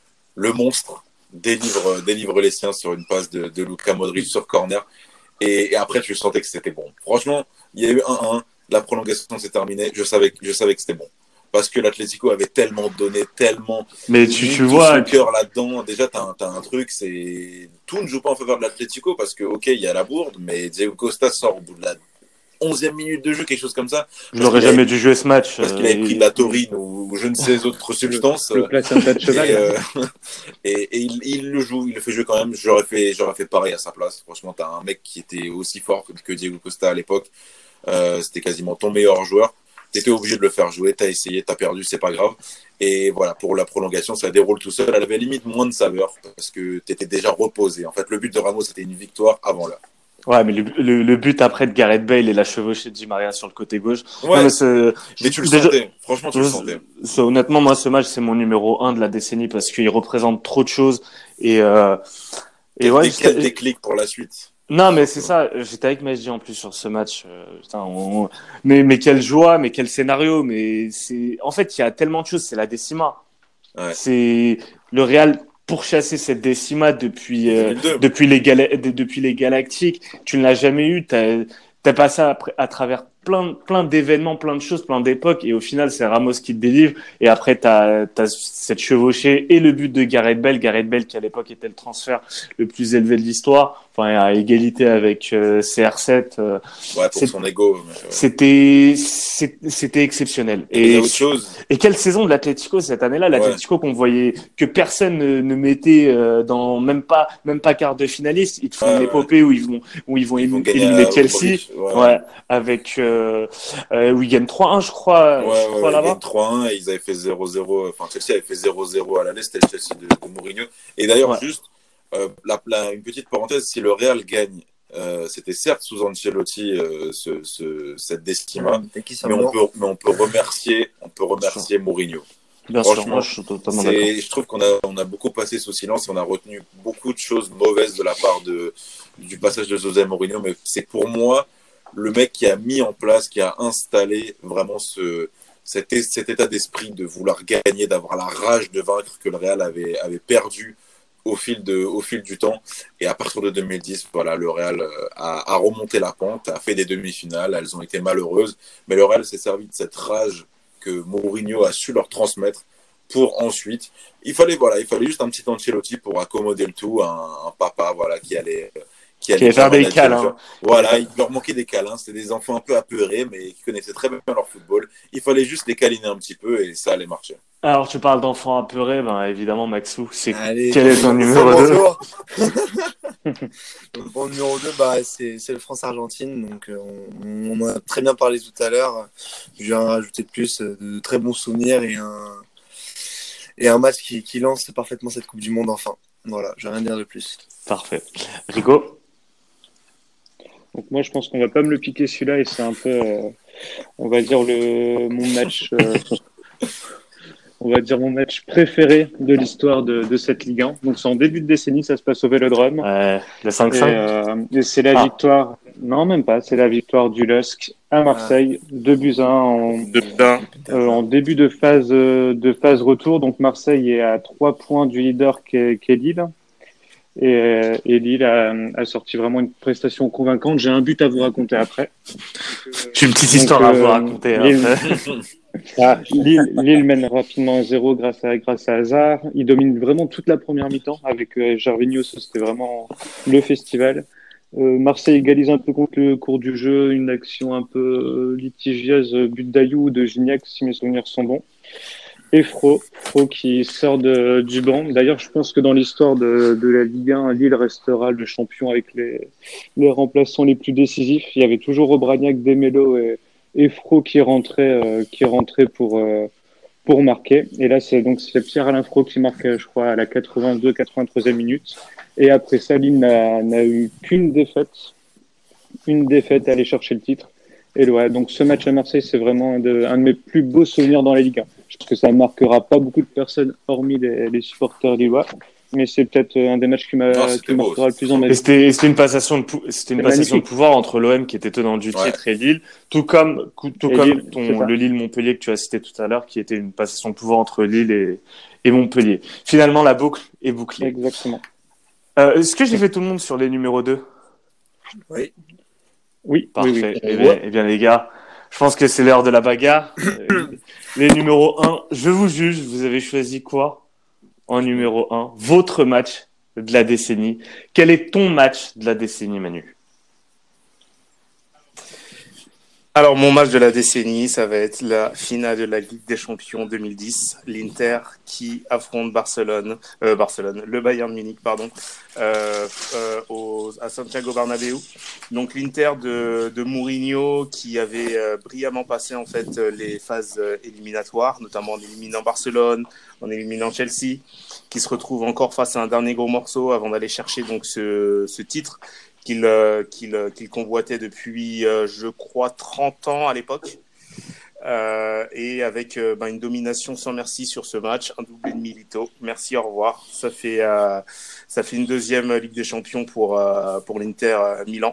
le monstre délivre délivre les siens sur une passe de, de Luka Modric sur corner et, et après tu sentais que c'était bon. Franchement, il y a eu un un, la prolongation s'est terminée, je savais je savais que c'était bon. Parce que l'Atlético avait tellement donné, tellement Mais tu, mis tu tout vois, son cœur là-dedans. Déjà, t'as un, t'as un truc, c'est tout ne joue pas en faveur de l'Atlético parce que, ok, il y a la bourde, mais Diego Costa sort au bout de la onzième minute de jeu, quelque chose comme ça. je n'aurais jamais dû jouer ce match. Parce qu'il avait euh, pris de la taurine ou je ne sais autres substances. Le placenta de cheval. Et, euh, et, et il, il le joue, il le fait jouer quand même. J'aurais fait, j'aurais fait pareil à sa place. Franchement, t'as un mec qui était aussi fort que Diego Costa à l'époque. Euh, c'était quasiment ton meilleur joueur. T'étais obligé de le faire jouer, t'as essayé, t'as perdu, c'est pas grave. Et voilà, pour la prolongation, ça déroule tout seul. Elle avait limite moins de saveur parce que t'étais déjà reposé. En fait, le but de Ramos, c'était une victoire avant l'heure. Ouais, mais le, le, le but après de Gareth Bale et la chevauchée de Di Maria sur le côté gauche. Ouais, Non, mais, c'est- mais tu le déjà- sentais. Franchement, tu le Je- sentais. c'est- honnêtement, moi, ce match, c'est mon numéro un de la décennie parce qu'il représente trop de choses. Et, euh, et Et ouais, ouais, quel j'étais- déclic pour la suite. non, mais c'est ça. J'étais avec Majdi en plus sur ce match. euh, putain, on- mais, mais quelle joie, mais quel scénario. Mais c'est, en fait, il y a tellement de choses. C'est la décima. Ouais. C'est le Real pourchasser cette décima depuis, euh, deux mille deux. depuis les gala- de- depuis les Galactiques. Tu ne l'as jamais eu. T'as, t'as passé à, à travers plein, plein d'événements, plein de choses, plein d'époques. Et au final, c'est Ramos qui te délivre. Et après, t'as, t'as cette chevauchée et le but de Gareth Bale. Gareth Bale qui à l'époque était le transfert le plus élevé de l'histoire. Enfin, à égalité avec euh, C R sept. euh, Ouais, pour c'est- son ego. mais, ouais. c'était, c'est- c'était exceptionnel. Et il y Et, a autre chose. et quelle saison de l'Atlético cette année-là, l'Atlético qu'on voyait que personne ne, ne mettait euh, dans même pas même pas quart de finaliste. Ils te font Ouais, une ouais. épopée où ils vont où ils vont Ils vont élim- gagner éliminer à Chelsea, Aubrich, ouais. ouais, avec euh, euh, où ils gagnent trois un, je crois, Ouais, je ouais, crois ouais, ils là-bas. gagnent trois un et ils avaient fait zéro zéro. Enfin, Chelsea avait fait zéro zéro à l'aller, c'était le Chelsea de, de Mourinho. Et d'ailleurs, Ouais. juste euh, la, la- une petite parenthèse, si le Real gagne, euh, c'était certes sous Ancelotti euh, ce, ce, cette décima, Et qui s'en mais on mord. peut, mais on peut remercier, on peut remercier Mourinho. Bien sûr, Franchement, moi je suis totalement d'accord. C'est, je trouve qu'on a, on a beaucoup passé sous silence et on a retenu beaucoup de choses mauvaises de la part de, du passage de José Mourinho, mais c'est pour moi le mec qui a mis en place, qui a installé vraiment ce, cet, cet état d'esprit de vouloir gagner, d'avoir la rage de vaincre que le Real avait, avait perdu au fil, de, au fil du temps. Et à partir de deux mille dix, voilà, le Real a, a remonté la pente, a fait des demi-finales. Elles ont été malheureuses. Mais le Real s'est servi de cette rage que Mourinho a su leur transmettre pour ensuite. Il fallait, voilà, il fallait juste un petit Ancelotti pour accommoder le tout. Un, un papa voilà, qui allait. Qui allait faire des câlins. Voilà, il leur manquait des câlins. C'était des enfants un peu apeurés, mais qui connaissaient très bien leur football. Il fallait juste les câliner un petit peu et ça allait marcher. Alors, tu parles d'enfants apeurés, ben évidemment, Maxou, c'est Allez, quel est ton numéro deux? Donc, mon numéro deux, bah, c'est, c'est le France-Argentine. Donc, on, on en a très bien parlé tout à l'heure. Je viens rajouter de plus de très bons souvenirs et un, et un match qui, qui lance parfaitement cette Coupe du Monde enfin. Voilà, je n'ai rien à dire de plus. Parfait. Rico? Donc moi, je pense qu'on va pas me le piquer celui-là et c'est un peu, euh, on va dire le mon match, euh, on va dire mon match préféré de l'histoire de, de cette Ligue un. Donc c'est en début de décennie, ça se passe au Vélodrome. Ouais, le cinq cinq. Et, euh, et c'est la ah. victoire, non même pas, c'est la victoire du L O S C à Marseille, deux buts à un en, euh, en début de phase de phase retour. Donc Marseille est à trois points du leader qu'est, qu'est Lille. Et, et Lille a, a sorti vraiment une prestation convaincante. J'ai un but à vous raconter après. J'ai une petite histoire Donc, à euh, vous raconter. Lille, ah, Lille, Lille mène rapidement à zéro grâce à, grâce à Hazard. Il domine vraiment toute la première mi-temps avec euh, Gervinho. C'était vraiment le festival. Euh, Marseille égalise un peu contre le cours du jeu. Une action un peu litigieuse. But d'Ayou, de Gignac, si mes souvenirs sont bons. Et Fro, Fro qui sort de, du banc. D'ailleurs, je pense que dans l'histoire de, de la Ligue un, Lille restera le champion avec les, les remplaçants les plus décisifs. Il y avait toujours Obraniak, Demelo et, et Fro qui rentraient, euh, qui rentraient pour, euh, pour marquer. Et là, c'est donc c'est Pierre-Alain Fro qui marque, je crois, à la quatre-vingt-deux quatre-vingt-troisième minute. Et après ça, Lille n'a, n'a eu qu'une défaite. Une défaite à aller chercher le titre. Et ouais, donc ce match à Marseille, c'est vraiment un de, un de mes plus beaux souvenirs dans la Ligue un. Je pense que ça ne marquera pas beaucoup de personnes, hormis les, les supporters lillois. Mais c'est peut-être un des matchs qui, m'a, non, qui marquera le plus dans ma vie. Et c'était, c'était une passation de, pou- c'était une passation de pouvoir entre l'O M qui était tenant du titre ouais. et Lille, tout comme, tout et comme Lille, ton, le Lille-Montpellier que tu as cité tout à l'heure, qui était une passation de pouvoir entre Lille et, et Montpellier. Finalement, la boucle est bouclée. Exactement. Euh, est-ce que j'ai fait tout le monde sur les numéros deux? Oui. Oui. Parfait. Oui, oui. Eh, bien, eh bien, les gars, je pense que c'est l'heure de la bagarre. Les numéros un, je vous juge, vous avez choisi quoi en numéro un? Votre match de la décennie. Quel est ton match de la décennie, Manu? Alors, mon match de la décennie, ça va être la finale de la Ligue des Champions deux mille dix. L'Inter qui affronte Barcelone, euh, Barcelone, le Bayern Munich, pardon, euh, euh, au, à Santiago Bernabéu. Donc, l'Inter de, de Mourinho qui avait euh, brillamment passé en fait les phases euh, éliminatoires, notamment en éliminant Barcelone, en éliminant Chelsea, qui se retrouve encore face à un dernier gros morceau avant d'aller chercher donc ce, ce titre. Qu'il, euh, qu'il, euh, qu'il convoitait depuis, euh, je crois, trente ans à l'époque. Euh, et avec euh, ben, une domination sans merci sur ce match, un doublé de Milito. Merci, au revoir. Ça fait, euh, ça fait une deuxième Ligue des Champions pour, euh, pour l'Inter euh, Milan,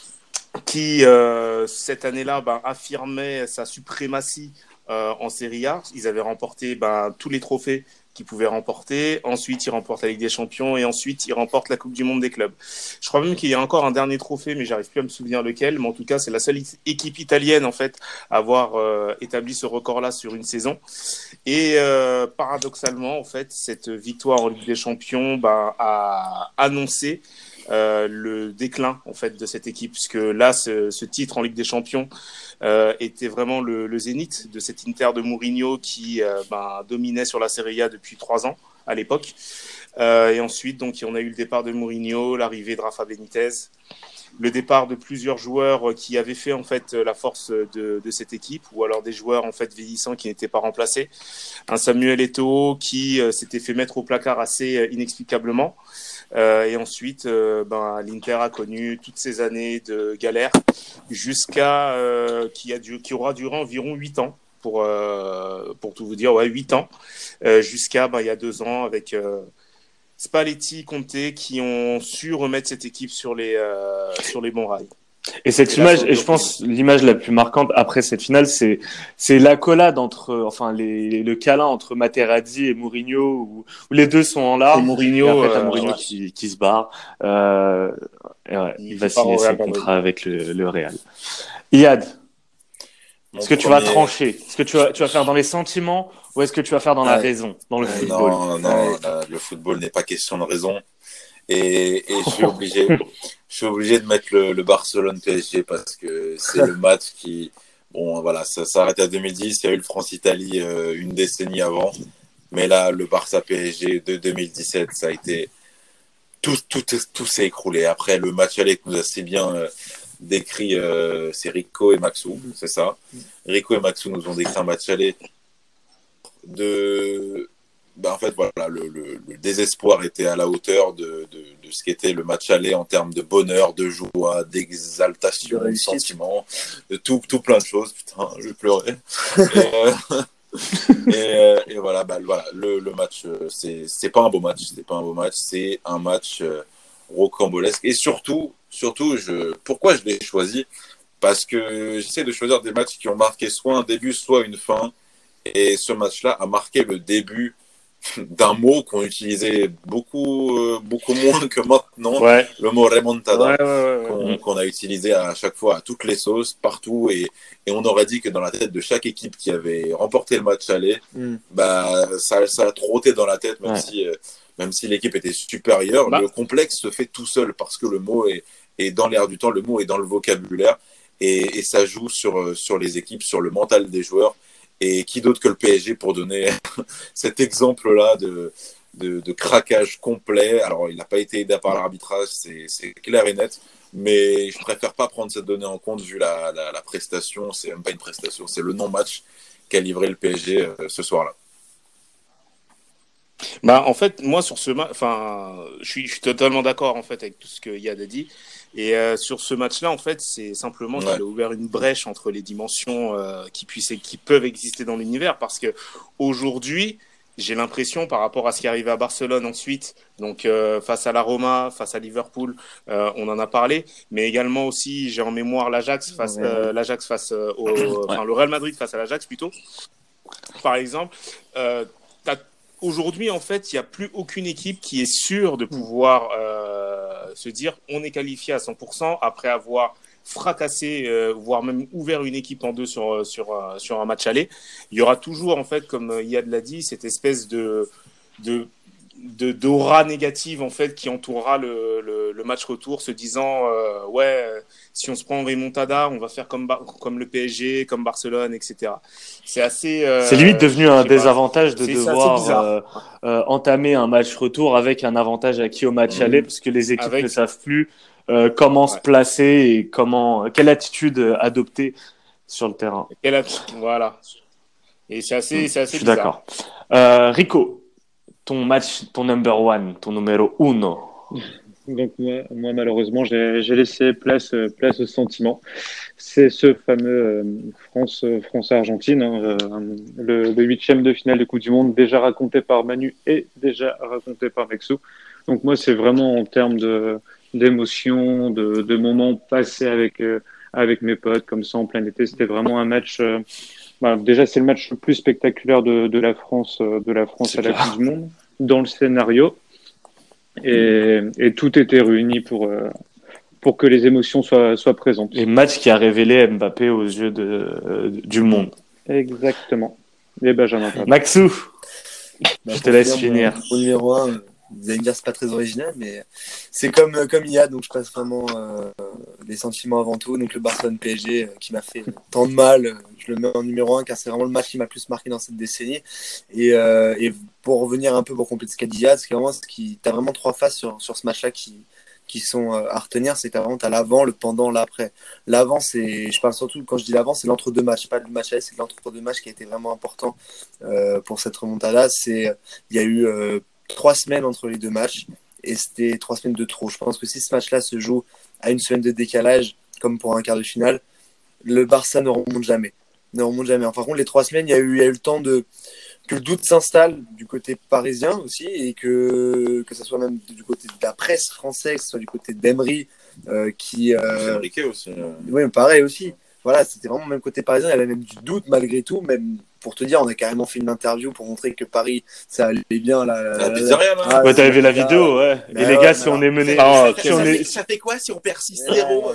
qui, euh, cette année-là, ben, affirmait sa suprématie euh, en Serie A. Ils avaient remporté ben, tous les trophées qu'ils pouvaient remporter. Ensuite, ils remportent la Ligue des Champions et ensuite, ils remportent la Coupe du Monde des clubs. Je crois même qu'il y a encore un dernier trophée, mais j'arrive plus à me souvenir lequel. Mais en tout cas, c'est la seule équipe italienne, en fait, à avoir euh, établi ce record-là sur une saison. Et euh, paradoxalement, en fait, cette victoire en Ligue des Champions bah, a annoncé Euh, le déclin en fait de cette équipe, puisque là ce, ce titre en Ligue des Champions euh, était vraiment le, le zénith de cet Inter de Mourinho qui euh, ben, dominait sur la Serie A depuis trois ans à l'époque. Euh, et ensuite donc on a eu le départ de Mourinho, l'arrivée de Rafa Benitez, le départ de plusieurs joueurs qui avaient fait en fait la force de, de cette équipe, ou alors des joueurs en fait vieillissants qui n'étaient pas remplacés. Un Samuel Eto'o qui euh, s'était fait mettre au placard assez euh, inexplicablement. Euh, et ensuite, euh, ben, l'Inter a connu toutes ces années de galère jusqu'à euh, qui a dû, qui aura duré environ huit ans pour euh, pour tout vous dire, ouais, huit ans euh, jusqu'à ben, il y a deux ans avec euh, Spalletti, Conte qui ont su remettre cette équipe sur les euh, sur les bons rails. Et cette Et là, image, c'est et je pense l'image la plus marquante après cette finale, c'est c'est l'image, et je pense l'image la plus marquante après cette finale, c'est c'est l'accolade entre, enfin les, le câlin entre Materazzi et Mourinho, où, où les deux sont en Et larmes, et Mourinho, après t'as euh, Mourinho ouais, qui qui se barre, euh, et ouais, il, il va il part signer au son Real Madrid. contrat avec le, le Real. Iyad, Mon est-ce que tu vas premier. trancher? Est-ce que tu vas tu vas faire dans les sentiments ou est-ce que tu vas faire dans la Ouais, raison, dans le Euh, football? non, non, ouais. la- le football n'est pas question de raison. Et, et je suis obligé, je suis obligé de mettre le, le Barcelone-P S G parce que c'est le match qui, bon, voilà, ça s'arrête à deux mille dix. Il y a eu le France-Italie euh, une décennie avant, mais là, le Barça-P S G de deux mille dix-sept, ça a été tout, tout, tout s'est écroulé. Après, le match aller que nous a si bien euh, décrit, euh, c'est Rico et Maxou, c'est ça. Rico et Maxou nous ont décrit un match aller de. Ben en fait, voilà, le, le, le désespoir était à la hauteur de, de, de ce qu'était le match aller en termes de bonheur, de joie, d'exaltation, De de, réussite. sentiment, de tout, tout plein de choses. Putain, je vais pleurer. Et, euh, et, euh, et voilà, bah, voilà, le, le match, euh, c'est, c'est pas un beau match, c'est pas un beau match, c'est un match euh, rocambolesque. Et surtout, surtout, je, pourquoi je l'ai choisi? Parce que j'essaie de choisir des matchs qui ont marqué soit un début, soit une fin. Et ce match-là a marqué le début d'un mot qu'on utilisait beaucoup, euh, beaucoup moins que maintenant, Ouais. le mot remontada, Ouais, ouais, ouais, ouais. qu'on, qu'on a utilisé à chaque fois, à toutes les sauces, partout. Et, et on aurait dit que dans la tête de chaque équipe qui avait remporté le match aller, Mm. bah, ça, ça a trotté dans la tête, même, Ouais. si, euh, même si l'équipe était supérieure. Bah. Le complexe se fait tout seul parce que le mot est, est dans l'air du temps, le mot est dans le vocabulaire. Et, et ça joue sur, sur les équipes, sur le mental des joueurs. Et qui d'autre que le P S G pour donner cet exemple-là de, de, de craquage complet. Alors, il n'a pas été aidé par l'arbitrage, c'est, c'est clair et net, mais je préfère pas prendre cette donnée en compte vu la, la, la prestation. C'est même pas une prestation, c'est le non-match qu'a livré le P S G euh, ce soir-là. Bah, en fait, moi, sur ce match, enfin, je suis, je suis totalement d'accord, en fait, avec tout ce que Yad a dit. Et euh, sur ce match-là, en fait, c'est simplement Ouais. qu'il a ouvert une brèche entre les dimensions euh, qui puissent, qui peuvent exister dans l'univers. Parce que aujourd'hui, j'ai l'impression, par rapport à ce qui est arrivé à Barcelone ensuite, donc euh, face à la Roma, face à Liverpool, euh, on en a parlé, mais également aussi, j'ai en mémoire l'Ajax face, Ouais. euh, l'Ajax face euh, au, enfin, le Real Madrid face à l'Ajax plutôt. Par exemple, euh, t'as aujourd'hui, en fait, il n'y a plus aucune équipe qui est sûre de pouvoir euh, se dire on est qualifié à cent pour cent après avoir fracassé, euh, voire même ouvert une équipe en deux sur, sur, euh, sur un match aller. Il y aura toujours, en fait, comme Yad l'a dit, cette espèce de, de, de, d'aura négative, en fait, qui entourera le, le, le match retour, se disant euh, ouais, si on se prend en remontada, on va faire comme, comme le P S G, comme Barcelone, et cetera. C'est assez. Euh, C'est limite devenu un désavantage de c'est, c'est devoir euh, euh, entamer un match retour avec un avantage acquis au match Mmh. aller, parce que les équipes Avec... ne savent plus euh, comment ouais. se placer et comment, quelle attitude adopter sur le terrain. Quelle attitude, voilà. Et c'est assez, mmh. c'est assez Je suis bizarre. d'accord. Euh, Rico, ton match, ton number one, ton numéro uno. Donc moi, moi malheureusement, j'ai, j'ai laissé place, place au sentiment. C'est ce fameux euh, France, France-Argentine, hein, euh, le, le huitième de finale de Coupe du Monde, déjà raconté par Manu et déjà raconté par Maxou. Donc moi, c'est vraiment en termes de, d'émotion, de, de moments passés avec, euh, avec mes potes, comme ça en plein été. C'était vraiment un match... Euh, bah, déjà, c'est le match le plus spectaculaire de, de la France, de la France à la Coupe du Monde, dans le scénario. Et, et tout était réuni pour, euh, pour que les émotions soient, soient présentes. Et match qui a révélé Mbappé aux yeux de, euh, du monde. Exactement. Et Benjamin. Maxou, bah, je te laisse finir. Mon, mon numéro un, vous allez me dire c'est pas très original, mais c'est comme, comme il y a, donc je passe vraiment euh, les sentiments avant tout. Donc le Barcelone-P S G euh, qui m'a fait tant de mal, je le mets en numéro un car c'est vraiment le match qui m'a plus marqué dans cette décennie. Et, euh, et pour revenir un peu pour compléter ce qu'a dit Yad, c'est vraiment ce qui, t'as vraiment trois phases sur, sur ce match-là qui, qui sont à retenir. C'est que t'as vraiment t'as l'avant, le pendant, l'après. L'avant, c'est, je parle surtout quand je dis l'avant, c'est l'entre-deux matchs, pas le match aller, c'est l'entre-deux matchs qui a été vraiment important euh, pour cette remontada. C'est, il y a eu euh, trois semaines entre les deux matchs et c'était trois semaines de trop. Je pense que si ce match-là se joue à une semaine de décalage, comme pour un quart de finale, le Barça ne remonte jamais. Ne remonte jamais. Enfin, par contre, les trois semaines, il y a eu, il y a eu le temps de que le doute s'installe du côté parisien aussi et que que ça soit même du côté de la presse française, que ce soit du côté d'Emery, euh, qui. Euh... Enrique aussi. Euh... Oui, pareil aussi. Voilà, c'était vraiment même côté parisien, il y avait même du doute malgré tout, même pour te dire, on a carrément fait une interview pour montrer que Paris, ça allait bien. La, la, la pizzeria, là. Ah, ouais, t'avais vu la vidéo, ouais. Et les gars, si on est mené. Ah, si on est... Ça fait quoi si on perd six zéro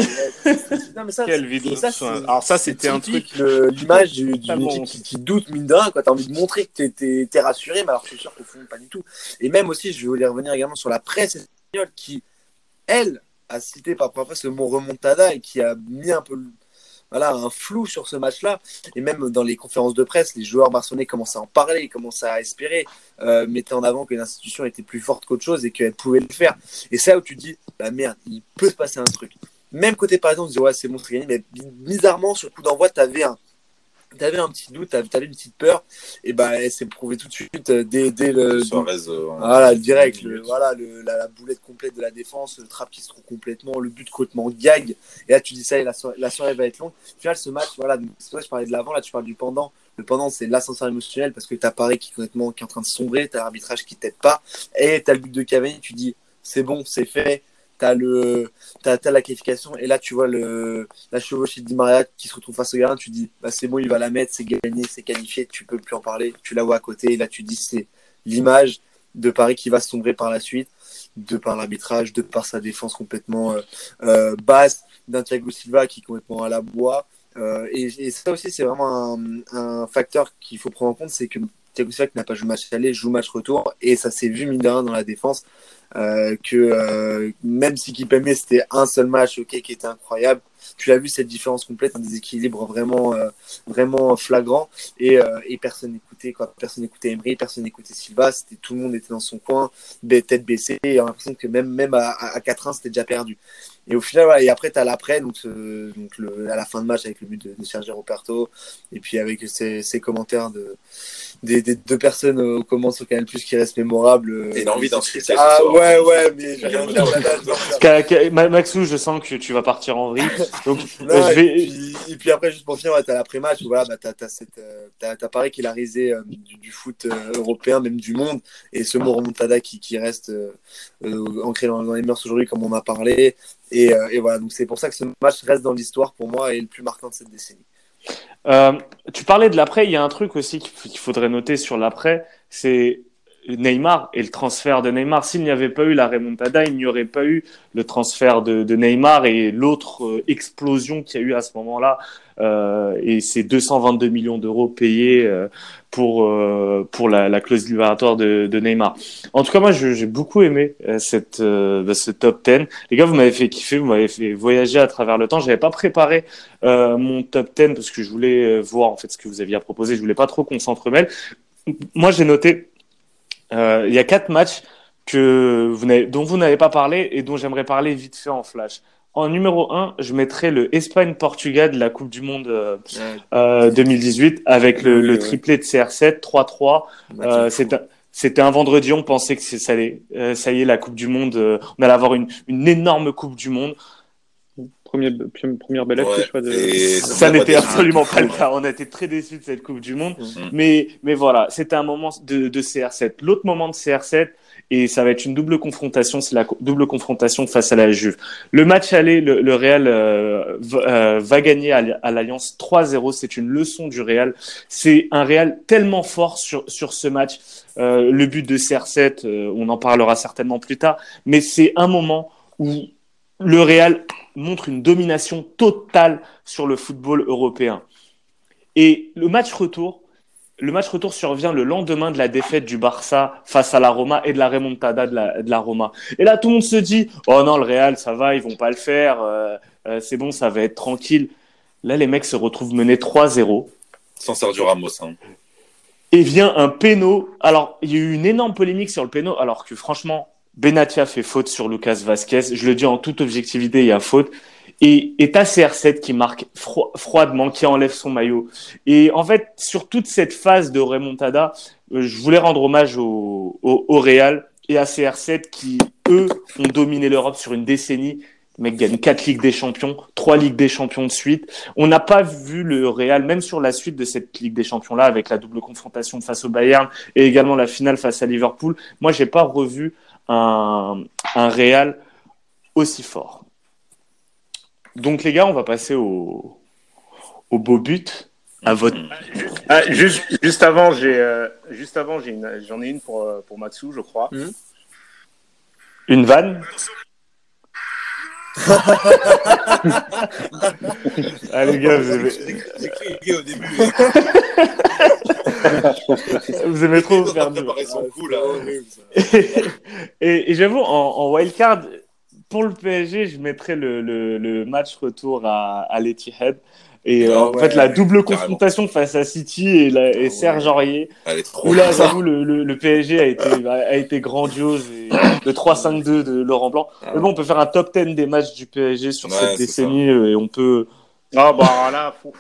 Non, mais ça, quelle vidéo ça, alors ça, c'était un truc. Le, l'image du, d'une bon. équipe qui, qui doute, mine de rien, quoi. T'as envie de montrer que t'es, t'es, t'es rassuré, mais alors je suis sûr qu'au fond, pas du tout. Et même aussi, je voulais revenir également sur la presse espagnole qui, elle, a cité par parfois ce mot remontada et qui a mis un peu voilà, un flou sur ce match-là. Et même dans les conférences de presse, les joueurs barcelonais commençaient à en parler, commençaient à espérer, euh, mettaient en avant que l'institution était plus forte qu'autre chose et qu'elle pouvait le faire. Et c'est là où tu te dis, bah merde, il peut se passer un truc. Même côté parisien, on se dit, ouais, c'est bon, c'est gagné. Mais bizarrement, sur le coup d'envoi, tu avais un, t'avais un petit doute, t'avais, t'avais une petite peur. Et bah, elle s'est prouvée tout de suite dès, dès le. Suarez, euh, voilà, direct. Le, voilà, le, la, la boulette complète de la défense, le trap qui se trouve complètement, le but complètement gag. Et là, tu dis ça, et la soirée, la soirée va être longue. Au final, ce match, voilà, c'est vrai, je parlais de l'avant, là, tu parles du pendant. Le pendant, c'est l'ascenseur émotionnel parce que t'as Paris qui est complètement, qui est en train de sombrer, t'as l'arbitrage qui t'aide pas. Et t'as le but de Cavani, tu dis, c'est bon, c'est fait. T'as, le, t'as, t'as la qualification et là tu vois le, la chevauchée de Di Maria qui se retrouve face au gardien, tu dis bah c'est bon, il va la mettre, c'est gagné, c'est qualifié, tu peux plus en parler, tu la vois à côté et là tu dis c'est l'image de Paris qui va sombrer par la suite, de par l'arbitrage, de par sa défense complètement euh, euh, basse, d'un Thiago Silva qui est complètement à la bois euh, et, et ça aussi c'est vraiment un, un facteur qu'il faut prendre en compte, c'est que Thiago Silva qui n'a pas joué match aller, joue match retour et ça s'est vu mine de rien dans la défense. Euh, que euh, même si Kipembe c'était un seul match ok qui était incroyable, tu l'as vu cette différence complète, un déséquilibre vraiment euh, vraiment flagrant et, euh, et personne n'écoutait quoi, personne n'écoutait Emery, personne n'écoutait Silva, c'était tout le monde était dans son coin, tête baissée et on a l'impression que même même à, à quatre un c'était déjà perdu. Et au final voilà, et après t'as l'après donc, euh, donc le, à la fin de match avec le but de, de Sergio Roberto et puis avec ses, ses commentaires de des, des deux personnes aux commandes sur Canal Plus qui restent mémorables. Et l'envie d'en discuter. Ah ouais ouais mais j'ai rien dire. Maxou, je sens que tu vas partir en vrille. Donc non, euh, je vais. Et puis, et puis après juste pour finir, ouais, t'as l'après-match, voilà, bah t'as t'as cette euh, t'as, t'as Paris qui l'a risé euh, du, du foot euh, européen, même du monde, et ce mot remontada qui qui reste euh, euh, ancré dans, dans les mœurs aujourd'hui comme on a parlé. Et, euh, et voilà, donc c'est pour ça que ce match reste dans l'histoire pour moi et le plus marquant de cette décennie. Euh, tu parlais de l'après, il y a un truc aussi qu'il faudrait noter sur l'après, c'est Neymar et le transfert de Neymar. S'il n'y avait pas eu la remontada, il n'y aurait pas eu le transfert de, de Neymar et l'autre euh, explosion qu'il y a eu à ce moment-là. Euh, et ces deux cent vingt-deux millions d'euros payés euh, pour euh, pour la, la clause libératoire de, de Neymar. En tout cas, moi, je, j'ai beaucoup aimé euh, cette euh, bah, ce top dix. Les gars, vous m'avez fait kiffer, vous m'avez fait voyager à travers le temps. J'avais pas préparé euh, mon top dix parce que je voulais voir en fait ce que vous aviez à proposer. Je voulais pas trop qu'on s'entremêle. Moi, j'ai noté euh, il y a quatre matchs que vous n'avez, dont vous n'avez pas parlé et dont j'aimerais parler vite fait en flash. En numéro un, je mettrais le Espagne-Portugal de la Coupe du Monde euh, euh, deux mille dix-huit avec le, le triplé de C R sept, trois trois. Euh, c'était, c'était un vendredi, on pensait que c'est, ça, allait, euh, ça y est, la Coupe du Monde, euh, on allait avoir une, une énorme Coupe du Monde. Première, première belle affiche, ouais, je crois. De... Ça n'était absolument pas le cas. On a été très déçus de cette Coupe du Monde. Mmh. Mais, mais voilà, c'était un moment de, de C R sept. L'autre moment de C R sept, et ça va être une double confrontation, c'est la double confrontation face à la Juve. Le match aller, le, le Real euh, va, euh, va gagner à, à l'Alliance trois zéro. C'est une leçon du Real. C'est un Real tellement fort sur, sur ce match. Euh, le but de C R sept, euh, on en parlera certainement plus tard. Mais c'est un moment où le Real montre une domination totale sur le football européen. Et le match retour, le match retour survient le lendemain de la défaite du Barça face à la Roma et de la remontada de la, de la Roma. Et là, tout le monde se dit « Oh non, le Real, ça va, ils vont pas le faire, euh, euh, c'est bon, ça va être tranquille. » Là, les mecs se retrouvent menés trois zéro. Sans Sergio Ramos. Hein. Et vient un péno. Alors, il y a eu une énorme polémique sur le péno, alors que franchement, Benatia fait faute sur Lucas Vazquez. Je le dis en toute objectivité, il y a faute. Et, et t'as C R sept qui marque fro- froidement, qui enlève son maillot. Et en fait, sur toute cette phase de remontada, euh, je voulais rendre hommage au, au, au Real et à C R sept qui, eux, ont dominé l'Europe sur une décennie. Le mec gagne quatre Ligues des Champions, trois Ligues des Champions de suite. On n'a pas vu le Real, même sur la suite de cette Ligue des Champions-là, avec la double confrontation face au Bayern et également la finale face à Liverpool. Moi, j'ai pas revu un, un Real aussi fort. Donc les gars, on va passer au, au beau but. À votre... ah, juste, juste avant, j'ai, euh, juste avant, j'ai une, j'en ai une pour, euh, pour Matsu, je crois. Mmh. Une vanne. Ah les gars, vous aimez... J'ai crié au début. Vous aimez trop vous faire dur. Et, et j'avoue, en, en wildcard, pour le P S G, je mettrais le, le, le match retour à, à l'Etihad. Et euh, oh, en ouais, fait, la double confrontation face à City et, la, et Serge ouais. Aurier, où là, j'avoue, le, le, le P S G a été, a été grandiose. Et le trois cinq deux de Laurent Blanc. Ah. Mais bon, on peut faire un top dix des matchs du P S G sur ouais, cette décennie ça. Et on peut. Ah, bah là, fou.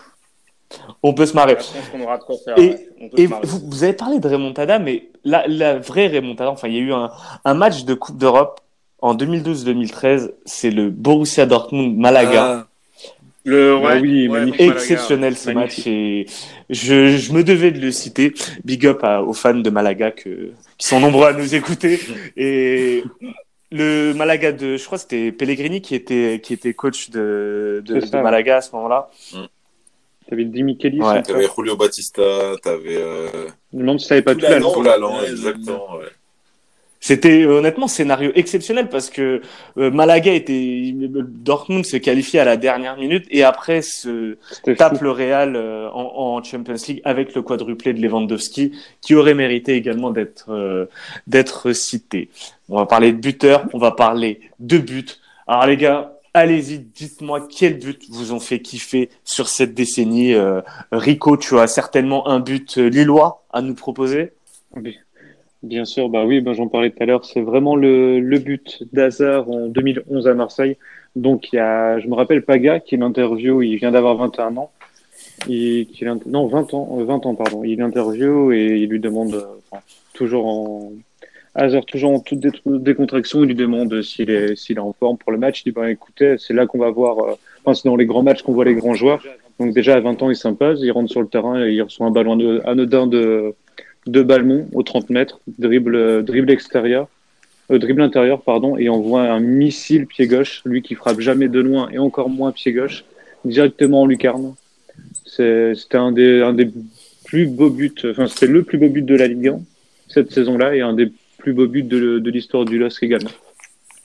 On peut se marrer. Je pense qu'on aura de quoi faire. Et, ouais. on peut et se marrer. Vous, vous avez parlé de remontada, mais la, la vraie remontada, enfin, il y a eu un, un match de Coupe d'Europe en deux mille douze deux mille treize. C'est le Borussia Dortmund-Malaga. Ah. Le, ouais, bah oui, ouais, exceptionnel ce magnifique. Match et je, je me devais de le citer. Big up à, aux fans de Malaga que, qui sont nombreux à nous écouter. Et le Malaga de, je crois que c'était Pellegrini qui était, qui était coach de, de, de Malaga à ce moment-là. Mm. T'avais Di Michelis. Ouais. T'avais Julio Batista, t'avais. Euh... Je me demande si t'avais pas tout l'allant. Tout l'allant, exactement. Ouais. C'était honnêtement scénario exceptionnel parce que euh, Malaga était Dortmund se qualifiait à la dernière minute et après se C'était tape fou. Le Real euh, en, en Champions League avec le quadruplé de Lewandowski qui aurait mérité également d'être euh, d'être cité. On va parler de buteurs, on va parler de buts. Alors les gars, allez-y, dites-moi quel but vous ont fait kiffer sur cette décennie. Euh, Rico, tu as certainement un but lillois à nous proposer. Oui. Bien sûr, bah oui, bah j'en parlais tout à l'heure. C'est vraiment le, le but d'Hazard en deux mille onze à Marseille. Donc il y a, je me rappelle Paga qui l'interview, il vient d'avoir vingt et un ans. Il, qui non vingt ans, vingt ans pardon. Il l'interview et il lui demande, enfin, toujours en Hazard toujours en toute décontraction, il lui demande s'il est s'il est en forme pour le match. Il dit bah écoutez, c'est là qu'on va voir. Euh, enfin c'est dans les grands matchs qu'on voit les grands joueurs. Donc déjà à vingt ans il s'impose, il rentre sur le terrain et il reçoit un ballon anodin de de Balmont au trente mètres, dribble, dribble extérieur, euh, dribble intérieur, pardon, et envoie un missile pied gauche, lui qui frappe jamais de loin et encore moins pied gauche, directement en lucarne. C'est, c'était un des, un des plus beaux buts, enfin c'était le plus beau but de la Ligue un cette saison-là et un des plus beaux buts de, de l'histoire du L O S C également. Manu ?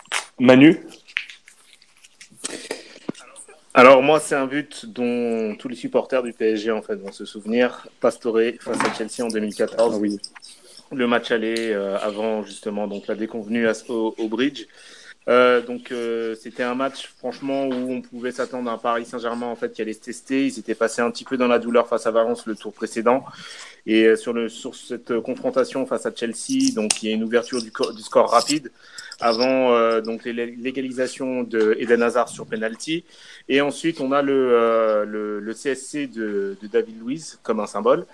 Alors moi, c'est un but dont tous les supporters du P S G en fait vont se souvenir. Pastore face à Chelsea en deux mille quatorze. Ah oui. Le match aller euh, avant justement donc la déconvenue à, au, au Bridge. Euh, donc euh, c'était un match franchement où on pouvait s'attendre à un Paris Saint-Germain en fait qui allait se tester. Ils étaient passés un petit peu dans la douleur face à Valence le tour précédent. Et euh, sur le sur cette confrontation face à Chelsea, donc il y a une ouverture du, co- du score rapide avant euh, donc l'égalisation de Eden Hazard sur penalty. Et ensuite, on a le, euh, le, le C S C de, de David Luiz comme un symbole.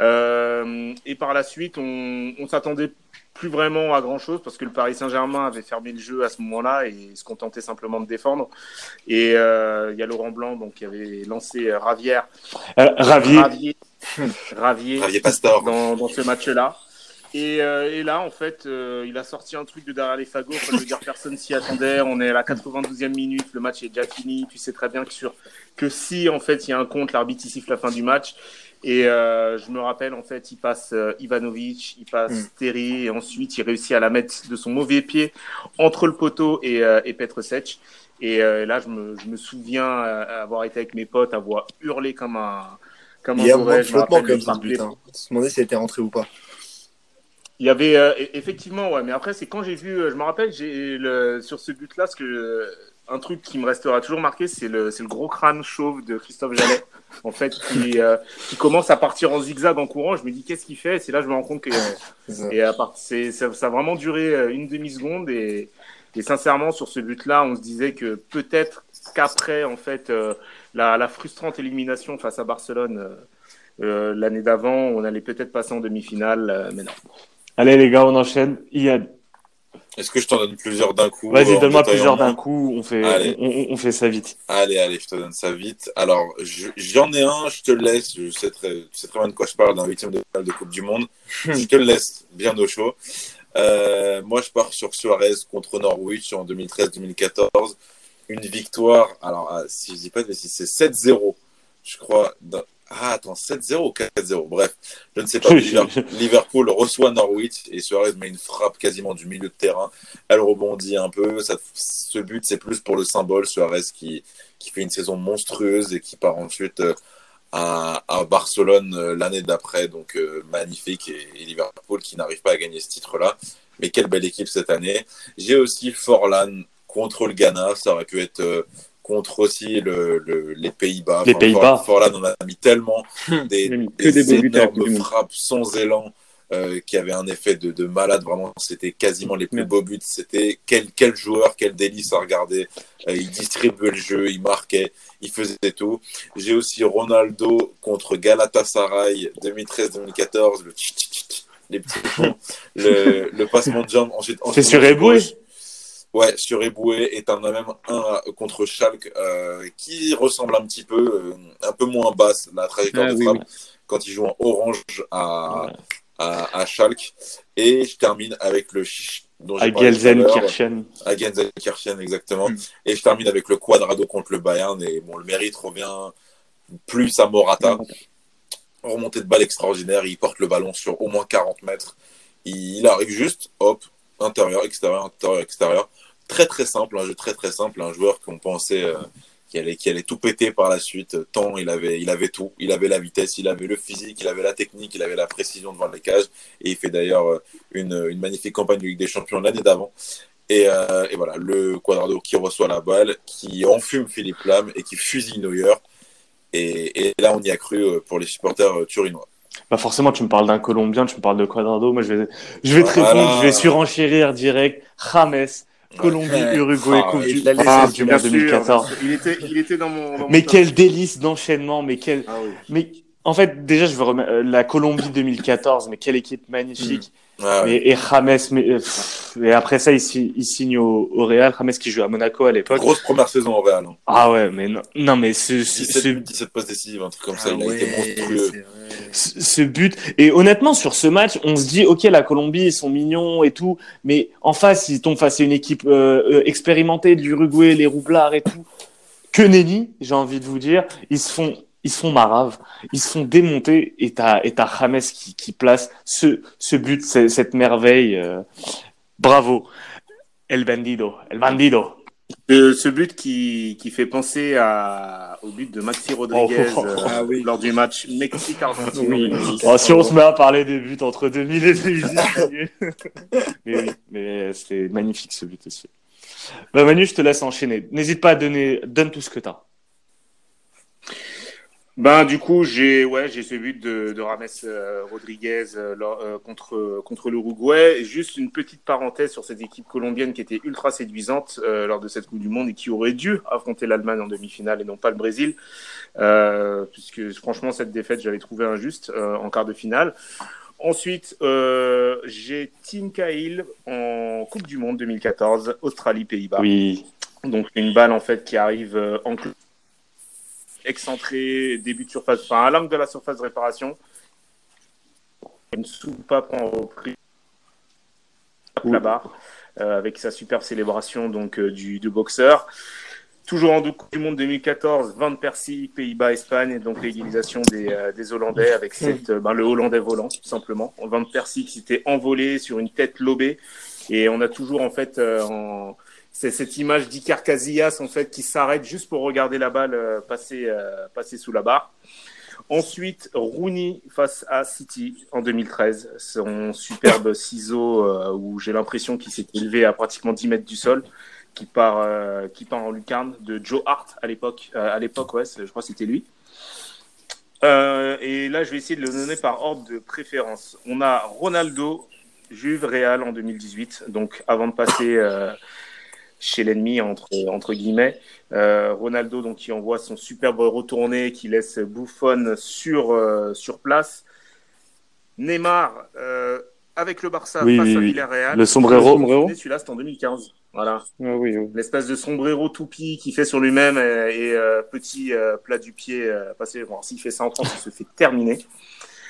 Euh, et par la suite, on, on s'attendait plus vraiment à grand-chose parce que le Paris Saint-Germain avait fermé le jeu à ce moment-là et se contentait simplement de défendre. Et euh, il y a Laurent Blanc donc, qui avait lancé Ravière. Euh, Ravier. Ravier. Ravier, Ravier Pastor. Dans, dans ce match-là. Et, euh, et là, en fait, euh, il a sorti un truc de derrière les fagots. Enfin, je veux dire, personne s'y attendait. On est à la quatre-vingt-douzième minute. Le match est déjà fini. Tu sais très bien que, sur, que si, en fait, il y a un compte, l'arbitre, il siffle la fin du match. Et euh, je me rappelle, en fait, il passe euh, Ivanovic, il passe mm. Terry. Et ensuite, il réussit à la mettre de son mauvais pied entre le poteau et, euh, et Petrosec. Et euh, là, je me, je me souviens avoir été avec mes potes, avoir hurlé comme un, comme il y a un moment de flottement comme ça, but. Hein. Je me demandais si elle était rentrée ou pas. Il y avait euh, effectivement, ouais, mais après c'est quand j'ai vu, euh, je me rappelle, j'ai le, sur ce but-là, ce que euh, un truc qui me restera toujours marqué, c'est le, c'est le gros crâne chauve de Christophe Jallet, en fait, qui, euh, qui commence à partir en zigzag en courant. Je me dis qu'est-ce qu'il fait, et c'est là que je me rends compte que euh, et à part, c'est, ça, ça a vraiment duré une demi seconde et, et sincèrement sur ce but-là, on se disait que peut-être qu'après en fait euh, la, la frustrante élimination face à Barcelone euh, euh, l'année d'avant, on allait peut-être passer en demi-finale, euh, mais non. Allez les gars, on enchaîne. Iyad. Est-ce que je t'en donne plusieurs d'un coup? Vas-y, donne-moi plusieurs d'un coup. On fait, on, on fait ça vite. Allez, allez, je te donne ça vite. Alors, je, j'en ai un, je te le laisse. Je sais très, tu sais très bien de quoi je parle d'un huitième de finale de Coupe du Monde. Je te le laisse bien au chaud. Euh, moi, je pars sur Suarez contre Norwich en deux mille treize deux mille quatorze. Une victoire, alors ah, si je dis pas de bêtises, c'est sept zéro, je crois. Dans... Ah, attends, sept zéro ou quatre zéro, bref, je ne sais pas. Liverpool reçoit Norwich et Suarez met une frappe quasiment du milieu de terrain. Elle rebondit un peu. Ça, ce but, c'est plus pour le symbole. Suarez qui, qui fait une saison monstrueuse et qui part ensuite à, à Barcelone l'année d'après. Donc, euh, magnifique. Et, et Liverpool qui n'arrive pas à gagner ce titre-là. Mais quelle belle équipe cette année. J'ai aussi Forlan contre le Ghana. Ça aurait pu être... Euh, contre aussi le, le, les Pays-Bas. Les enfin, Pays-Bas. Forlan, on a mis tellement des, que des, des énormes frappes sans élan euh, qui avaient un effet de, de malade. Vraiment, c'était quasiment les plus beaux buts. C'était quel, quel joueur, quel délice à regarder. Euh, il distribuait le jeu, il marquait, il faisait tout. J'ai aussi Ronaldo contre Galatasaray deux mille treize deux mille quatorze. Le tch, tch, tch, les petits ponts, le, le passement de jambes. Ensuite, c'est sur Eboué. Ouais, sur Eboué est un même un contre Schalke euh, qui ressemble un petit peu, euh, un peu moins basse la trajectoire ah, de frappe oui, oui. quand il joue en orange à, ouais. à, à Schalke. Et je termine avec le chiche dont j'ai parlé tout à l'heure. Gelsenkirchen. À Gelsenkirchen, exactement. Mm. Et je termine avec le Quadrado contre le Bayern. Et bon, le mérite revient plus à Morata. Mm. Remontée de balle extraordinaire. Il porte le ballon sur au moins quarante mètres. Il, il arrive juste, hop, intérieur, extérieur, intérieur, extérieur. Très très simple, un jeu très très simple, un joueur qu'on pensait euh, qui allait qui allait tout péter par la suite. Tant il avait il avait tout, il avait la vitesse, il avait le physique, il avait la technique, il avait la précision devant les cages. Et il fait d'ailleurs une, une magnifique campagne de Ligue des Champions l'année d'avant. Et, euh, et voilà, le Quadrado qui reçoit la balle, qui enfume Philippe Lahm et qui fusille Neuer. Et, et là, on y a cru pour les supporters turinois. Bah forcément, tu me parles d'un Colombien, tu me parles de Quadrado. Moi, je vais, je vais te voilà. répondre, je vais surenchérir direct. James, Colombie, ouais. Uruguay, ah, Coupe du, ah, ah, du Monde deux mille quatorze. Il était, il était dans mon. Dans mais mon quel délice d'enchaînement, mais quel. Ah, oui. Mais en fait, déjà, je veux remettre euh, la Colombie deux mille quatorze, mais quelle équipe magnifique. Mmh. Ah, mais, ouais. Et James, mais, pff, et après ça, il, il signe au, au Real. James qui joue à Monaco à l'époque. Grosse première saison au Real. Hein. Ah ouais, mais non, non mais ce, ce, dix-sept, ce... dix-sept passes décisives, un truc comme ah ça, il ouais, a été monstrueux. Ce, ce but, et honnêtement, sur ce match, on se dit, ok, la Colombie, ils sont mignons et tout, mais en face, ils tombent face à une équipe euh, euh, expérimentée de l'Uruguay, les roublards et tout. Que nenni, j'ai envie de vous dire, ils se font. Ils se font marave, ils se font démonter et t'as, et t'as James qui, qui place ce, ce but, cette merveille. Euh, bravo. El bandido, el bandido. Euh, ce but qui, qui fait penser à, au but de Maxi Rodriguez oh, oh, oh. Euh, ah, oui. lors du match Mexique-Argentine. Oui. Oh, si on se met à parler des buts entre deux mille et deux mille dix. Mais oui, mais c'est magnifique ce but aussi. Bah Manu, je te laisse enchaîner. N'hésite pas à donner, donne tout ce que t'as. Ben du coup j'ai ouais j'ai ce but de, de James euh, Rodriguez euh, euh, contre contre l'Uruguay. Juste une petite parenthèse sur cette équipe colombienne qui était ultra séduisante euh, lors de cette Coupe du Monde et qui aurait dû affronter l'Allemagne en demi-finale et non pas le Brésil, euh, puisque franchement cette défaite j'avais trouvé injuste euh, en quart de finale. Ensuite euh, j'ai Tim Cahill en Coupe du Monde deux mille quatorze, Australie Pays-Bas. Oui. Donc une balle en fait qui arrive euh, en excentré, début de surface, enfin à l'angle de la surface de réparation, une soupape en reprise la barre euh, avec sa super célébration donc euh, du, du boxeur. Toujours en Coupe du Monde deux mille quatorze, Van Persie, Pays-Bas, Espagne, donc l'égalisation des, euh, des Hollandais avec cette, euh, ben, le Hollandais volant tout simplement. Van Persie qui s'était envolé sur une tête lobée et on a toujours en fait euh, en c'est cette image d'Iker Casillas en fait qui s'arrête juste pour regarder la balle euh, passer, euh, passer sous la barre. Ensuite, Rooney face à City en deux mille treize, son superbe ciseau euh, où j'ai l'impression qu'il s'est élevé à pratiquement dix mètres du sol, qui part, euh, qui part en lucarne de Joe Hart à l'époque. Euh, à l'époque, ouais, je crois que c'était lui. Euh, et là, je vais essayer de le donner par ordre de préférence. On a Ronaldo, Juve, Real en deux mille dix-huit, donc avant de passer euh, chez l'ennemi entre entre guillemets, euh, Ronaldo donc qui envoie son superbe retourné qui laisse Buffon sur euh, sur place. Neymar euh, avec le Barça oui, face oui, à oui. Villarreal. Le sombrero. Le sombrero. Celui-là c'était en deux mille quinze. Voilà. Ah, oui, oui. L'espèce de sombrero toupie qu'il fait sur lui-même et, et euh, petit euh, plat du pied euh, passé. Bon, s'il fait ça en France, il se fait terminer.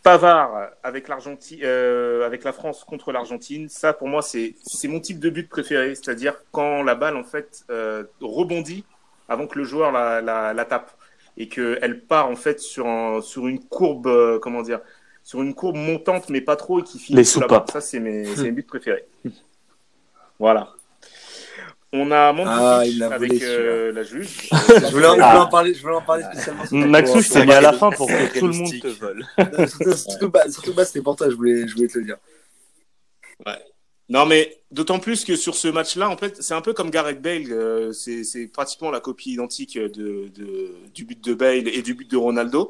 Pavard avec l'Argentine, euh, avec la France contre l'Argentine, ça pour moi c'est c'est mon type de but préféré, c'est-à-dire quand la balle en fait euh, rebondit avant que le joueur la, la, la tape et qu'elle part en fait sur un, sur une courbe euh, comment dire sur une courbe montante mais pas trop et qui finit Les sous la barre. soupapes. Ça c'est mes c'est mes buts préférés. Voilà. On a Mandzukic Ah, il l'a volé, avec euh, la juge. Je voulais, en, je voulais en parler, je voulais en parler spécialement. sur ta Maxou, je cour. t'ai mis à la fin pour que tout le monde te vole. surtout, surtout, bah, surtout bah, c'était pour toi, je voulais, je voulais te le dire. Ouais. Non, mais d'autant plus que sur ce match-là, en fait, c'est un peu comme Gareth Bale. Euh, c'est, c'est pratiquement la copie identique de, de, du but de Bale et du but de Ronaldo.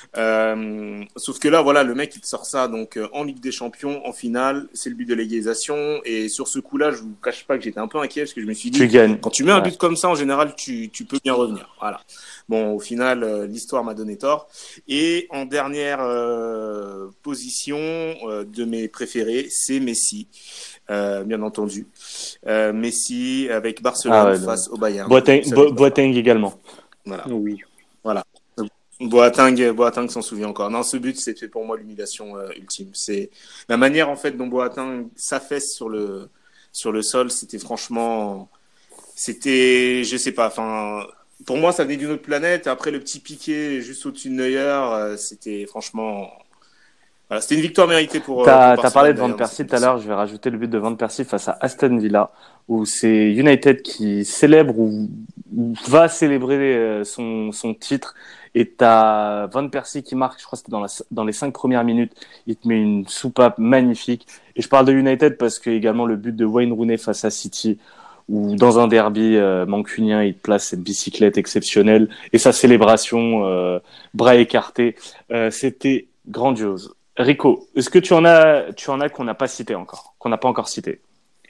Euh, sauf que là, voilà, le mec, il te sort ça donc euh, en Ligue des Champions, en finale. C'est le but de l'égalisation. Et sur ce coup-là, je vous cache pas que j'étais un peu inquiet parce que je me suis dit, Tu gagnes. quand tu mets un Ouais. but comme ça, en général, tu, tu peux bien revenir. Voilà. Bon, au final, euh, l'histoire m'a donné tort. Et en dernière euh, position euh, de mes préférés, c'est Messi. Euh, bien entendu. Euh, Messi avec Barcelone Ah ouais, face au Bayern. Boateng, Vous savez Bo- pas. Boateng également. Voilà. Oui. Voilà. Boateng, Boateng s'en souvient encore. Non, ce but, c'était pour moi l'humiliation euh, ultime. C'est la manière en fait dont Boateng s'affaisse sur le sur le sol. C'était franchement, c'était, je sais pas. Enfin, pour moi, ça venait d'une autre planète. Après, le petit piqué juste au-dessus de Neuer, euh, c'était franchement. Voilà, c'était une victoire méritée pour. T'as, pour t'as parlé de Van Barcelone, Persie d'ailleurs, tout à l'heure, je vais rajouter le but de Van Persie face à Aston Villa, où c'est United qui célèbre ou, ou va célébrer euh, son, son titre, et t'as Van Persie qui marque, je crois que c'était dans, la, dans les cinq premières minutes, il te met une soupape magnifique. Et je parle de United parce que également le but de Wayne Rooney face à City, où dans un derby euh, mancunien, il te place cette bicyclette exceptionnelle, et sa célébration, euh, bras écartés, euh, c'était grandiose. Rico, est-ce que tu en as, tu en as qu'on n'a pas cité encore, qu'on n'a pas encore cité?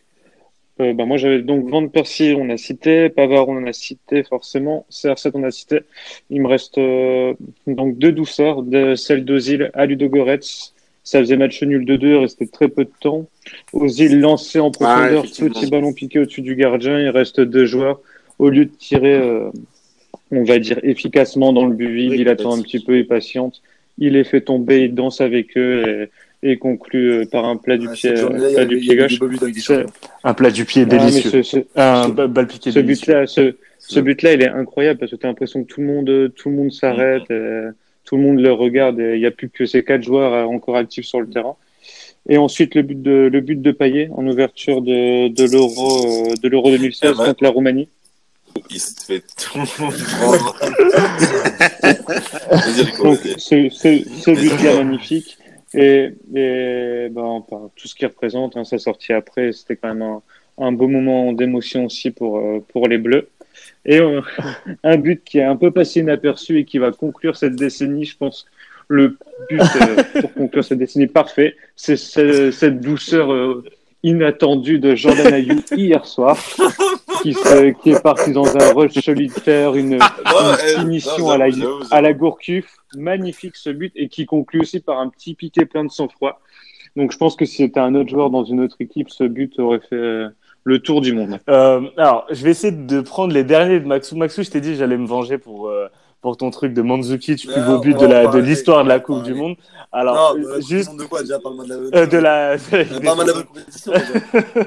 Euh, bah, moi, j'avais donc Van Persie, on a cité, Pavard, on en a cité forcément, C R sept, on a cité. Il me reste euh, donc deux douceurs, de, celle d'Ozil à Ludogorets. Ça faisait match nul deux deux, il restait très peu de temps. Ozil lancé en profondeur, effectivement. petit ballon piqué au-dessus du gardien, il reste deux joueurs. Au lieu de tirer, euh, on va dire, efficacement dans le but vide, Oui, il attend un petit peu, il patiente. Il les fait tomber, il danse avec eux et, et conclut euh, par un plat du Ah, pied, cette journée-là, euh, il y plat avait- du il y pied avait gauche. des beaux buts avec des C'est- champions. Un plat du pied Ah, mais délicieux. ce, ce, Un ce- ba- balle piqué ce délicieux. but-là, ce, ce but-là, il est incroyable parce que tu as l'impression que tout le monde, tout le monde s'arrête, euh, tout le monde le regarde. et Il n'y a plus que ces quatre joueurs euh, encore actifs sur le terrain. Et ensuite, le but de, le but de Payet en ouverture de, de l'Euro, euh, de l'Euro deux mille seize Ah ouais. contre la Roumanie. Il se fait tout le monde prendre. Vas-y, Rico, Donc, vas-y. ce, ce, ce but-là magnifique. Et, et ben, enfin, tout ce qu'il représente, hein, sa sortie après, c'était quand même un, un beau moment d'émotion aussi pour, euh, pour les Bleus. Et euh, un but qui est un peu passé inaperçu et qui va conclure cette décennie, je pense. Le but euh, pour conclure cette décennie parfait, c'est ce- cette douceur euh, inattendue de Jordan Ayew hier soir, qui, se- qui est parti dans un rush solitaire, une, une eh, finition non, à la, j'avoue, j'avoue, à la j'avoue. Gourcuff. Magnifique ce but et qui conclut aussi par un petit piqué plein de sang-froid. Donc je pense que si c'était un autre joueur dans une autre équipe, ce but aurait fait euh, le tour du monde. Euh, alors, je vais essayer de prendre les derniers de Maxou. Maxou, je t'ai dit, j'allais me venger pour, euh, pour ton truc de Mandzukic, plus Non, beau but on de, va la, en de parler, l'histoire de on va la en Coupe parler. du Monde. Alors, non, euh, euh, juste de quoi déjà, parle-moi de la euh, de la. Euh, Parle-moi de la bonne compétition. déjà.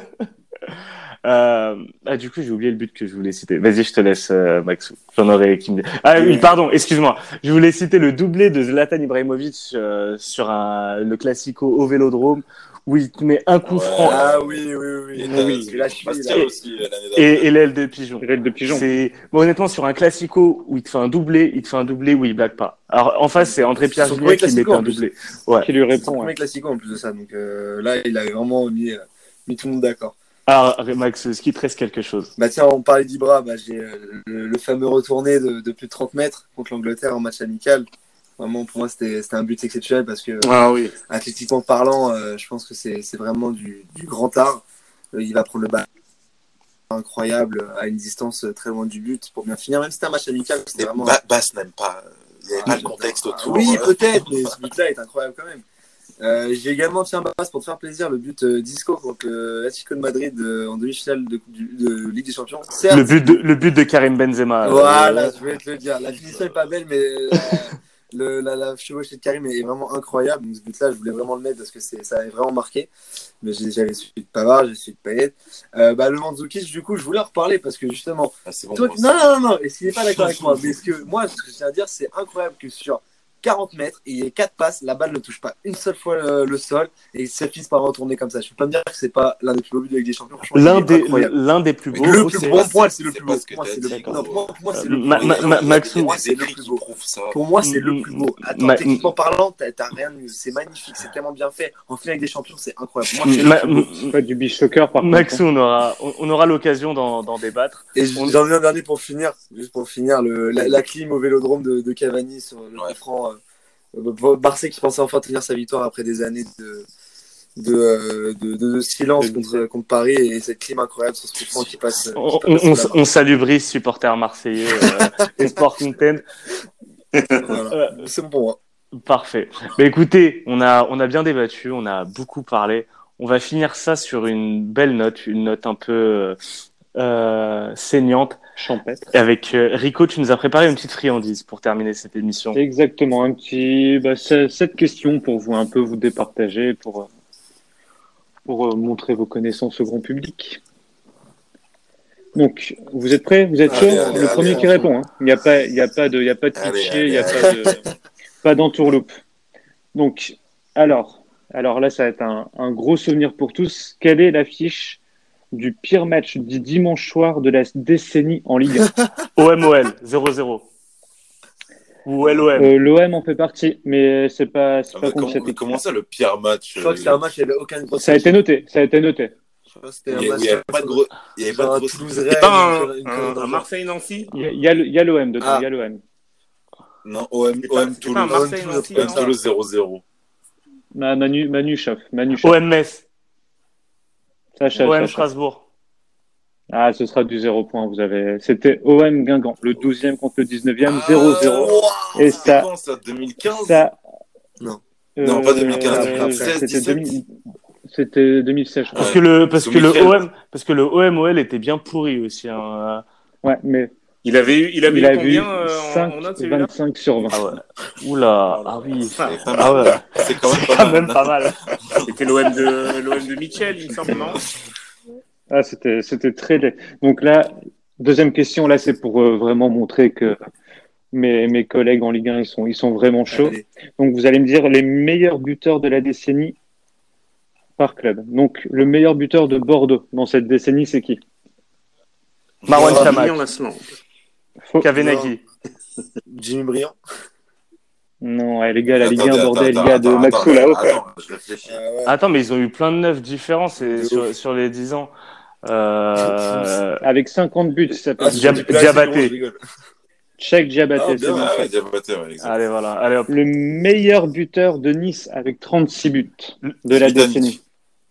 Euh, ah, du coup, j'ai oublié le but que je voulais citer. Vas-y, je te laisse, euh, Maxou. J'en aurais qui me. Ah oui, pardon, excuse-moi. Je voulais citer le doublé de Zlatan Ibrahimovic euh, sur un, le Classico au Vélodrome, où il te met un coup Ouais. franc Ah oui, oui, oui. Et oui. t'as Il a cheville, Bastia là. aussi, euh, l'année et, dernière. et l'aile de pigeon. L'aile de pigeon. C'est bon, honnêtement, sur un Classico où il te fait un doublé, il te fait un doublé où il blague pas. Alors en face, c'est André Pierre Son Gignac premier qui mettait Classico, un en plus. doublé. Ouais. Qui lui C'est son répond. premier ouais. classico en plus de ça. Donc euh, là, il avait vraiment mis, euh, mis tout le monde d'accord. Alors Max, est-ce qu'il te reste quelque chose? Bah tiens, on parlait d'Ibra, bah, j'ai euh, le, le fameux retourné de, de plus de trente mètres contre l'Angleterre en match amical. Vraiment, pour moi, c'était c'était un but exceptionnel parce que, Ah oui. athlétiquement parlant, euh, je pense que c'est c'est vraiment du, du grand art. Euh, il va prendre le ballon incroyable à une distance très loin du but pour bien finir. Même si c'était un match amical, c'était vraiment. Ba- Bass n'aime pas. Il y avait pas le contexte autour. Oui, euh. peut-être, mais ce but-là est incroyable quand même. Euh, j'ai également, tiens, Bass, pour te faire plaisir, le but euh, d'Isco contre euh, l'Atlético de Madrid euh, en demi-finale de, de, de Ligue des Champions. Certes, Le but de le but de Karim Benzema. voilà, Euh, je voulais te le dire. La finition n'est pas belle, mais euh, Le, la, la chevauchée de Karim est vraiment incroyable. Donc, ce but-là, je voulais vraiment le mettre parce que c'est, ça avait vraiment marqué. Mais j'ai- j'avais celui de Pavard, j'ai celui de Payet. Euh, bah, le Mandzukic, du coup, je voulais en reparler parce que justement. Ah, c'est bon, Toi, moi, non, non, non, non. Est-ce qu'il n'est pas d'accord avec moi? Mais ce que moi, ce que je tiens à dire, c'est incroyable que sur quarante mètres, il y ait quatre passes, la balle ne touche pas une seule fois le, le sol et ça finisse par retourner comme ça. Je peux pas me dire que c'est pas l'un des plus beaux buts de Ligue des Champions. Franchement, il L'un est des, incroyable. l'un des plus beaux. Le Oh, plus c'est beau, pas- pour moi, c'est le c'est plus pas beau. ce que Pour moi, t'as c'est le dit, plus gros. non, pour moi, pour moi, c'est le Ma- plus ma- beau. ma- Maxou. Pour moi, Des c'est le écrits plus qui beau. prouvent ça. Pour moi, c'est le plus beau. Attends, Ma- techniquement parlant, t'as, t'as rien. C'est magnifique, c'est tellement bien fait. En finale avec des champions, c'est incroyable. Pour moi, c'est Ma- le plus beau. C'est pas du beach soccer par Maxou, contre. on aura, on, on aura l'occasion d'en, d'en débattre. Et On- j'en ai un dernier pour finir, juste pour finir, le, la, la clim au Vélodrome de, de Cavani sur le Ouais. coup franc. Euh, Marseille qui pensait enfin tenir sa victoire après des années de, de, euh, de, de, de silence De contre, contre Paris et cette clim incroyable sur ce coup franc qui passe. euh, On, qui on, passe on, sous la on salue Brice, supporter marseillais euh, et Sporting Ten. main. Voilà. Euh, C'est bon pour moi. Parfait. Mais écoutez, on a, on a bien débattu, on a beaucoup parlé. On va finir ça sur une belle note, une note un peu euh, saignante. Champêtre. Avec euh, Rico, tu nous as préparé une petite friandise pour terminer cette émission. Exactement, un petit, bah, c'est- cette question pour vous un peu vous départager, pour, euh, pour euh, montrer vos connaissances au grand public. Donc, vous êtes prêts? Vous êtes chaud? Allez, allez, Le allez, premier qui allez. répond. hein. Il n'y a pas, il y a pas de, il y a pas de Allez, cliché, il n'y a allez, pas de, pas d'entourloupe. Donc, alors, alors là, ça va être un, un gros souvenir pour tous. Quelle est l'affiche du pire match du dimanche soir de la décennie en Ligue un? O M O L, zéro zéro. Ou L O M. Euh, L'O M en fait partie, mais c'est pas, c'est Ah, pas mais contre comment, cette mais équipe. comment ça, le pire match Je crois euh, que c'était un match, il n'y avait aucune grosse. Ça a été noté, ça a été noté. Je crois que c'était un Il y a- match. il y avait pas de gros. Il y avait pas de Genre un grosse. Toulouse-Rennes, C'est pas une- un, une un- connerie dans un le genre. Marseille-Nancy Il y a, il y a le- il y a l'O M dedans, Ah. il y a l'O M. Non, O M, C'est pas- O M c'est pas un Toulouse. Marseille-Nancy, O M non Toulouse zéro zéro. Ma- Manu, Manu chauffe, Manu chauffe. O M Metz. Ça chauffe, O ça M chauffe. Strasbourg. Ah, ce sera du zéro point. Vous avez. C'était O M Guingamp, le douzième contre le dix-neuvième, Ah, zéro zéro. wow, Et c'est ça- quand, ça, deux mille quinze? Ça. Non. Non, pas deux mille quinze, euh, seize, C'était dix-sept. deux mille C'était deux mille seize, je crois. Parce que le, parce Sous que le Michel. O M, parce que le O M O L était bien pourri aussi. Hein. Ouais, mais Il avait eu, il avait il eu a vu combien euh, en, cinq, en notes celui-là? vingt-cinq sur vingt. Ah ouais. Oula. Ah oui. C'est pas Ah mal. ouais. C'est quand même Quand pas mal. même pas mal. C'était l'O M de l'O M de Mitchell, il me semble, non? Ah, c'était, c'était très laid. Donc là, deuxième question, là, c'est pour euh, vraiment montrer que mes, mes collègues en Ligue un, ils sont, ils sont vraiment chauds. Allez. Donc, vous allez me dire les meilleurs buteurs de la décennie par club. Donc, le meilleur buteur de Bordeaux dans cette décennie, c'est qui? Marwan Ah, Chamakh. Lilian Lasland. Faux. Kavenaghi. Jimmy Briand. Non, ouais, les gars, la Ligue Attendez, un, bordel, attends, il y a de attends, Maxou attends, là-haut. Attends, je réfléchis. Ah ouais. Attends, mais ils ont eu plein de neufs différents c'est, De sur, ouf. sur les dix ans. Euh, Avec cinquante buts, ça s'appelle Ah, Diab- c'est du classique, Diabaté. bon, je rigole. Cheikh Diabaté. Ah, c'est bien, bon. Ah ouais, Diabaté, ouais, exact. allez, voilà. Allez, hop. Le meilleur buteur de Nice avec trente-six buts de la Zidane. décennie.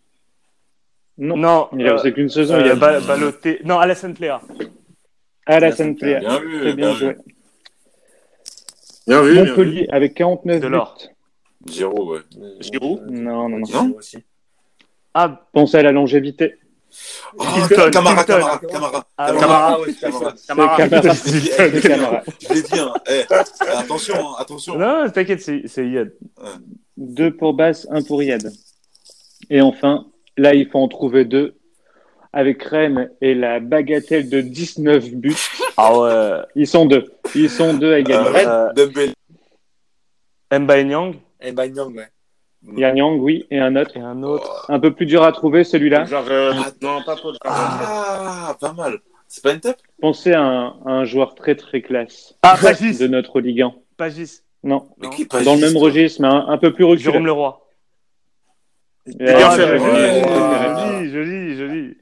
Non, Non. il a euh, fait qu'une saison. il euh, a Ba- Baloté. Non, Alassane Plea. Alassane Plea. Bien vu, Très bien bien joué. vu. Bien vu, bien vu. Montpellier avec quarante-neuf De buts. l'or. Giroud, ouais. Giroud. Non, non, non. Non aussi. Ah, Pensez à la longévité. Oh, Hilton, Camara, Hilton. Camara, Camara. Ah, Camara. Camara. Ah ouais, c'est Camara. ça. C'est Camara. Camara. Je l'ai dit, C'est eh, Camara. je l'ai dit, hein. Eh, eh, attention, hein, attention. non, t'inquiète, c'est, c'est Yad. Deux pour Basse, un pour Yad. Et enfin, là, il faut en trouver deux. Avec Rennes et la bagatelle de dix-neuf buts. Ah ouais. Ils sont deux. Ils sont deux à gagner. Euh, Euh, Dembélé. Mbaye Nyang Eh ben, Nyang, ouais. Yang, oui, et un autre. et un autre. Un peu plus dur à trouver, celui-là. Genre, euh, non, pas Paul. Ah, pas mal. C'est pas une tape? Pensez à un, à un joueur très très classe Ah, Pagis. de notre Ligue un. Pagis. Non, Mais Non. qui pas dans le juste, même toi registre, mais un, un peu plus reculé. Jérôme Leroy. Euh, bien Ah, fait, joli, ouais. joli, joli, joli.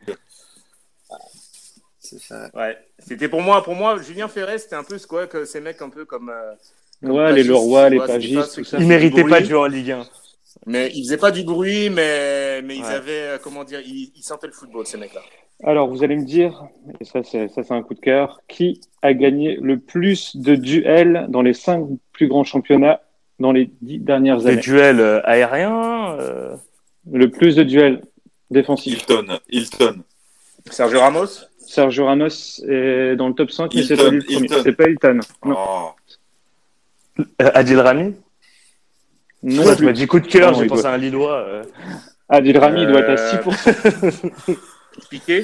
C'est ça. Ouais. C'était pour moi, pour moi, Julien Ferret, c'était un peu ce quoi, que ces mecs un peu comme. euh, comme Ouais, les Pagis, Leroy, les tu vois, c'était Pagis, pas tout ceux qui ça. faisaient Il du méritait bruit, pas de jouer en Ligue un. Mais ils faisaient pas du bruit, mais, mais ils Ouais. avaient, euh, comment dire, ils, ils sentaient le football, ces mecs-là. Alors, vous allez me dire, et ça c'est, ça c'est un coup de cœur, qui a gagné le plus de duels dans les cinq plus grands championnats dans les dix dernières Des années? duels euh, aériens. euh, Le plus de duels défensifs. Hilton, Hilton. Sergio Ramos. Sergio Ramos est dans le top cinq, mais c'est Hilton, pas lui le premier. Hilton. C'est pas Hilton. Non. Oh. Euh, Adil Rami. Non Ouais, tu plus. m'as dit coup de cœur, Non, j'ai il pensé doit- à un Lillois. euh. Adil Rami, il doit être à Euh, six pour cent. Piqué.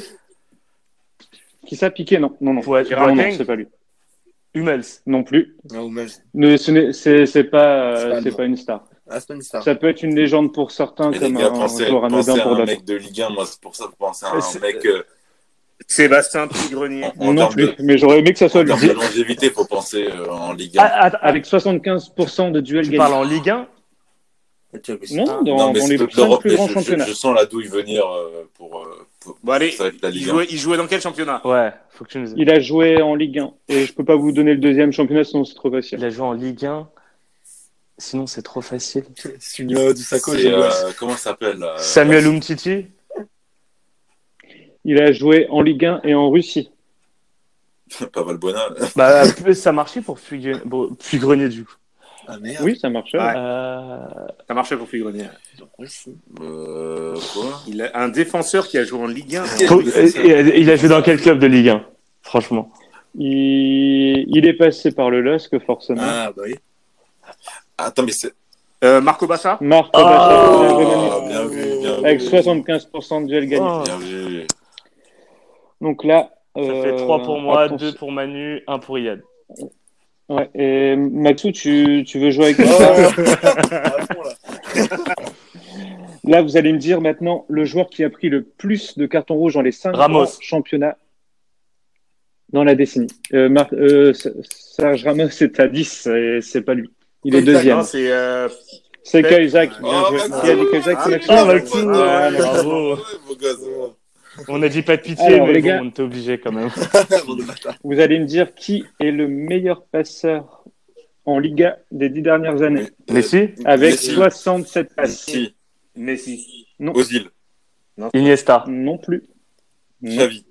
Qui ça, Piqué? Non, non, non. Ouais, non, non, Boateng. c'est pas lui. Hummels. Non plus. Non, mais... Ne, ce n'est- c'est c'est pas, C'est euh, pas c'est lui. pas une star. Ah, c'est pas une star. Ça peut être une légende pour certains, Mais les comme gars, un pensez, joueur pensez anodin à pour un d'autres. mec de Ligue un. Moi, c'est pour ça que pensez à Euh, un c'est- mec. euh, Sébastien Puy-Grenier. en, en Non termes plus, de, mais j'aurais aimé que ça soit en lui. termes de longévité, il faut penser euh, en Ligue Ah, un. ah, ah, Avec soixante-quinze pour cent de duels tu gagnés. parles en Ligue un? Non, Ah. dans, non, mais dans c'est les toute cinq l'Europe, plus mais grands je, je, championnats. je sens la douille venir euh, pour, euh, pour, Bon, allez, ça va être la il Ligue un. jouait, il jouait dans quel championnat? Ouais, faut que tu nous Il a joué en Ligue un. Et je peux pas vous donner le deuxième championnat, sinon c'est trop facile. Il a joué en Ligue un. Sinon, c'est trop facile. C'est une euh, du saco, C'est, j'ai euh, comment ça s'appelle euh, Samuel Umtiti. Il a joué en Ligue un et en Russie. Pas Valbuena. Bah, ça marchait pour Puy- bon, Puy-Grenier, du coup. Ah merde. Oui, ça marchait. Ouais. Euh, Ça marchait pour Puy-Grenier. Euh, quoi Il a un défenseur qui a joué en Ligue un. faut- et- Il a joué dans quel club de Ligue un? Franchement. Il... il est passé par le L O S C, forcément. Ah, bah oui. Attends, mais c'est. Euh, Marco Bassa. Marco Oh Bassa, bien joué, Manu. Ah, bien vu, bien vu. Avec soixante-quinze pour cent de duels gagnés. Oh. Bien vu. Donc là. Ça euh, fait trois pour moi, attention. deux pour Manu, un pour Yad. Ouais, et Maxou, tu, tu veux jouer avec Oh, moi? à fond, là. Là, vous allez me dire maintenant le joueur qui a pris le plus de cartons rouges dans les cinq Ramos. grands championnats dans la décennie. Euh, Mar- euh, Serge Ramos est à dix, c'est c'est pas lui. Il est Exact, deuxième. Non, c'est euh, C'est Pep. Cahuzac. Bien Oh, joué. Maxou. Qui a dit Cahuzac? Ah, C'est Maxou. Ah, Maxou, Ah, ouais, non. bravo. Ouais, beau gosse, ouais. On a dit pas de pitié, Alors, mais les bon, gars. on était obligé quand même. Vous allez me dire qui est le meilleur passeur en Liga des dix dernières années Messi, avec Messi. soixante-sept passes. Messi. Messi. Non, Ozil. Iniesta, non plus. Non, Xavi.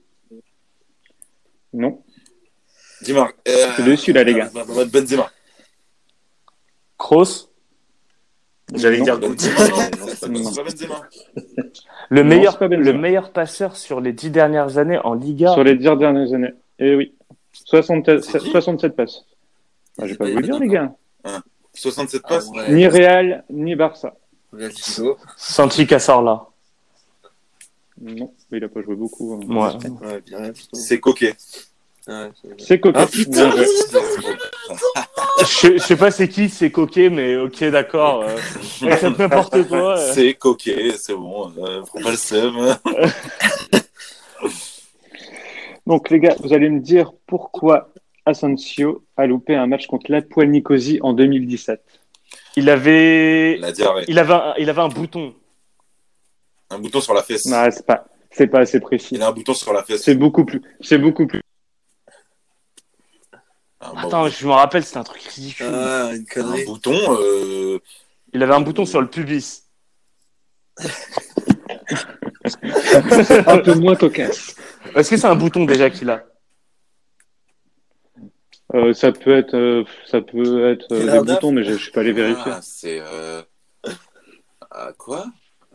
non. Dimar. C'est dessus, là, les gars. Benzema. Kroos, J'allais Non. dire Gauthier. Benzema, non, non, c'est pas- c'est pas Benzema. le Non, meilleur, c'est pas le Benzema. meilleur passeur sur les dix dernières années en Liga. Sur les dix dernières années. Eh oui. soixante-sept, C'est qui soixante-sept passes. Ah, je vais pas vous le dire, les gars. soixante-sept Ah, passes. ouais. Ni Real, ni Barça. Real Chico. Santi Cazorla. Non, mais il a pas joué beaucoup. hein. Ouais. Ouais, bien, bien, putain. C'est coquet. Ouais, c'est- C'est Coquet. Ah, putain. Bien joué. Je, je sais pas c'est qui, c'est coquet, mais ok, d'accord. Euh, accepte n'importe quoi. euh. C'est coquet, c'est bon. Euh, prends pas le seum. Donc, les gars, vous allez me dire pourquoi Asensio a loupé un match contre l'Hapoel Nicosie en deux mille dix-sept. Il avait, La diarrhée. il avait, un, il avait un bouton. Un bouton sur la fesse. Non, c'est pas, c'est pas assez précis. Il a un bouton sur la fesse. C'est beaucoup plus. C'est beaucoup plus. Un, Attends, je me rappelle, c'était un truc ridicule. Ah, une un connerie. bouton. Euh... Il avait un bouton sur le pubis. Un peu moins cocasse. Est-ce que c'est un bouton déjà qu'il a? Euh, ça peut être, euh, ça peut être euh, Il a des un œuf. boutons, mais je, je suis pas allé vérifier. Ah, c'est. Euh... Ah, quoi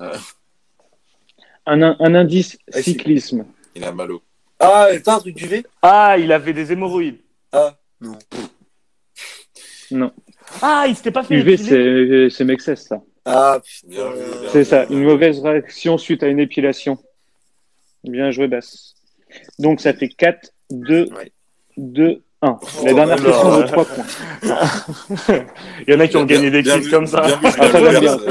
Un, un indice Ah, si. cyclisme. Il a mal au. Ah, t'as un truc du V? Ah, il avait des hémorroïdes. Ah, non. Non. Ah, il s'était pas fait U V, épiler. c'est c'est Mexès, ça. Ah, Bien vu, putain. bien C'est vu, ça, bien une vu. mauvaise réaction suite à une épilation. Bien joué, Bass. Donc, ça fait quatre, deux, Ouais. deux, un. La Oh, dernière alors, question de euh, trois points. Il y en a qui ont Bien- gagné des bien quiz vu, comme ça. bien vu, Ah, ça bien j'aime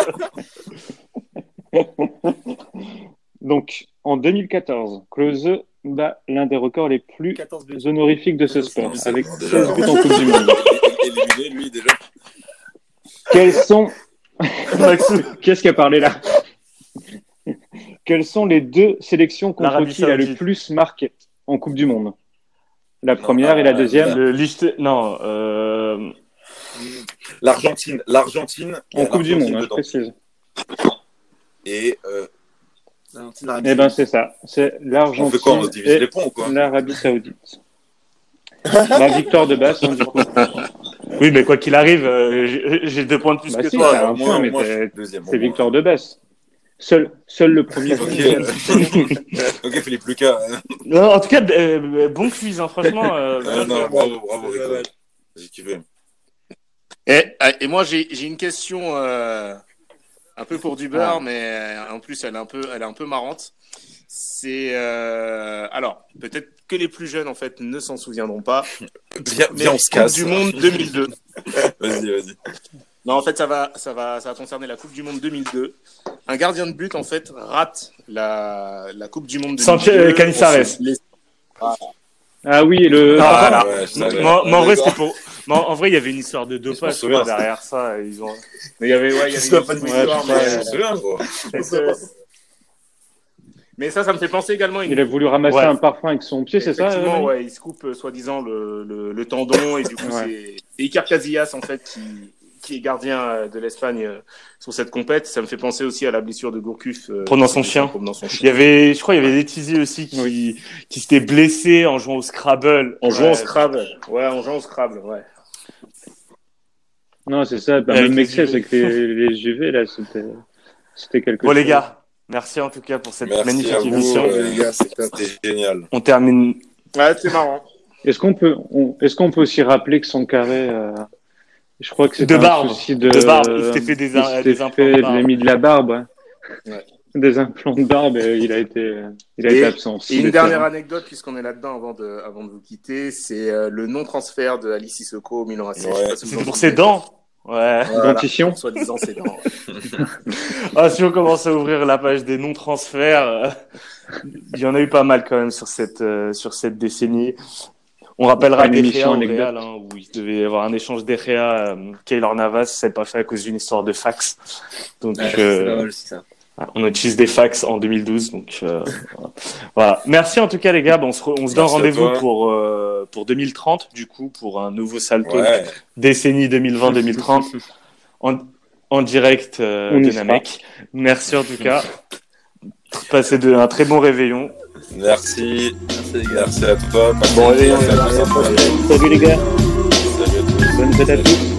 vu. bien. Donc, en deux mille quatorze, Klose bat l'un des records les plus quatorze buts. honorifiques de ce sport, C'est avec bon, déjà, seize buts en Coupe du Monde. Éliminé, lui, déjà. Quels sont... Maxou. Qu'est-ce qui a parlé là? Quelles sont les deux sélections contre L'Arabie qui il a le Saoudite. plus marqué en Coupe du Monde? La première et la euh, deuxième Le Lichte... Non, euh... L'Argentine. L'Argentine. il y a en Coupe du Monde, l'Argentine hein, je dedans. précise. Et euh, Valentine Arabie Eh ben Saoudite. c'est ça, c'est on l'Argentine fait quoi? On divise et les points ou quoi? l'Arabie Saoudite. La victoire de Basse, hein, du coup. Oui, mais quoi qu'il arrive, euh, j'ai- j'ai deux points de plus Bah que si, toi. t'as un Moi, point, mais moi, t'es- je suis deuxième. c'est Moi. victoire de Basse. Seul, seul le premier. Ok, ok, Philippe Lucas. hein. Non, en tout cas, euh, bon quiz, hein, franchement. euh, Ah, non, bravo, bravo, Ouais, Rico. ouais. J'ai kiffé. Et, et moi, j'ai, j'ai une question euh, un peu pour du beurre, ah. mais en plus, elle est un peu, elle est un peu marrante. C'est euh, alors peut-être que les plus jeunes en fait ne s'en souviendront pas. Viens, viens on se casse. Coupe du Monde deux mille deux. Vas-y, vas-y. Non, en fait, ça va, ça va, ça va concerner la Coupe du Monde deux mille deux. Un gardien de but en fait rate la, la Coupe du Monde deux mille deux. Sanchez Canizares. Les... Ah. ah oui, le. Ah, ouais, ouais, moi, moi, en vrai, c'était pour. Mais en vrai, il y avait une histoire de dopage derrière ça. Ils ont. Mais il y avait, ouais, il y avait une pas de histoire, mais je me souviens, quoi. Mais ça, ça me fait penser également. Une... Il a voulu ramasser ouais. un parfum avec son pied, c'est ça? Effectivement, ouais, il se coupe euh, soi-disant le, le, le tendon et du coup, ouais. c'est... c'est Iker Casillas en fait qui, qui est gardien de l'Espagne euh, sur cette compète. Ça me fait penser aussi à la blessure de Gourcuff. Euh, Prenant son chien. son chien. Il y avait, je crois, il y avait des Tizi aussi qui, oui. qui s'étaient blessés en jouant au Scrabble. En ouais. jouant au Scrabble. Ouais, en jouant au Scrabble, ouais. Non, c'est ça. Bah, même Mexia, c'est que les, les J V, là, c'était, c'était quelque bon, chose. Bon, les gars. Merci en tout cas pour cette Merci magnifique à vous, émission. Euh, les gars, c'était génial. On termine. Ouais, c'est marrant. Est-ce qu'on peut, on, est-ce qu'on peut aussi rappeler que son carré, euh, je crois que c'est de un barbe. souci de, de barbe. Il s'était fait des, il s'était des implants fait, de barbe. Il a mis de la barbe, ouais. Ouais. Des implants de barbe et il a été, il a et, été absent. Et une dernière terrain. anecdote, puisqu'on est là-dedans avant de, avant de vous quitter, c'est euh, le non-transfert de Alice Sissoko au Milan A C. Ouais. Si c'est pour ses dents. Ouais. Voilà. Dentition. Soi-disant, c'est dents. Ah, si on commence à ouvrir la page des non-transferts, il y en a eu pas mal quand même sur cette, euh, sur cette décennie. On rappellera De Gea au Real, hein, où il devait y avoir un échange De Gea, euh, Keylor Navas, ça n'est pas fait à cause d'une histoire de fax. Donc, ouais, euh, c'est pas mal aussi, ça. On utilise des fax en deux mille douze, donc euh, voilà. Merci en tout cas les gars, on se, re, on se donne rendez-vous pour euh, pour deux mille trente du coup pour un nouveau Salto ouais. décennie deux mille vingt deux mille trente en, en direct euh, de Namek. Merci en tout cas. Passez de un très bon réveillon. Merci. Merci les gars. Merci à toi. Bon réveillon. Salut les gars. Salut à tous. Bonne fête à tous.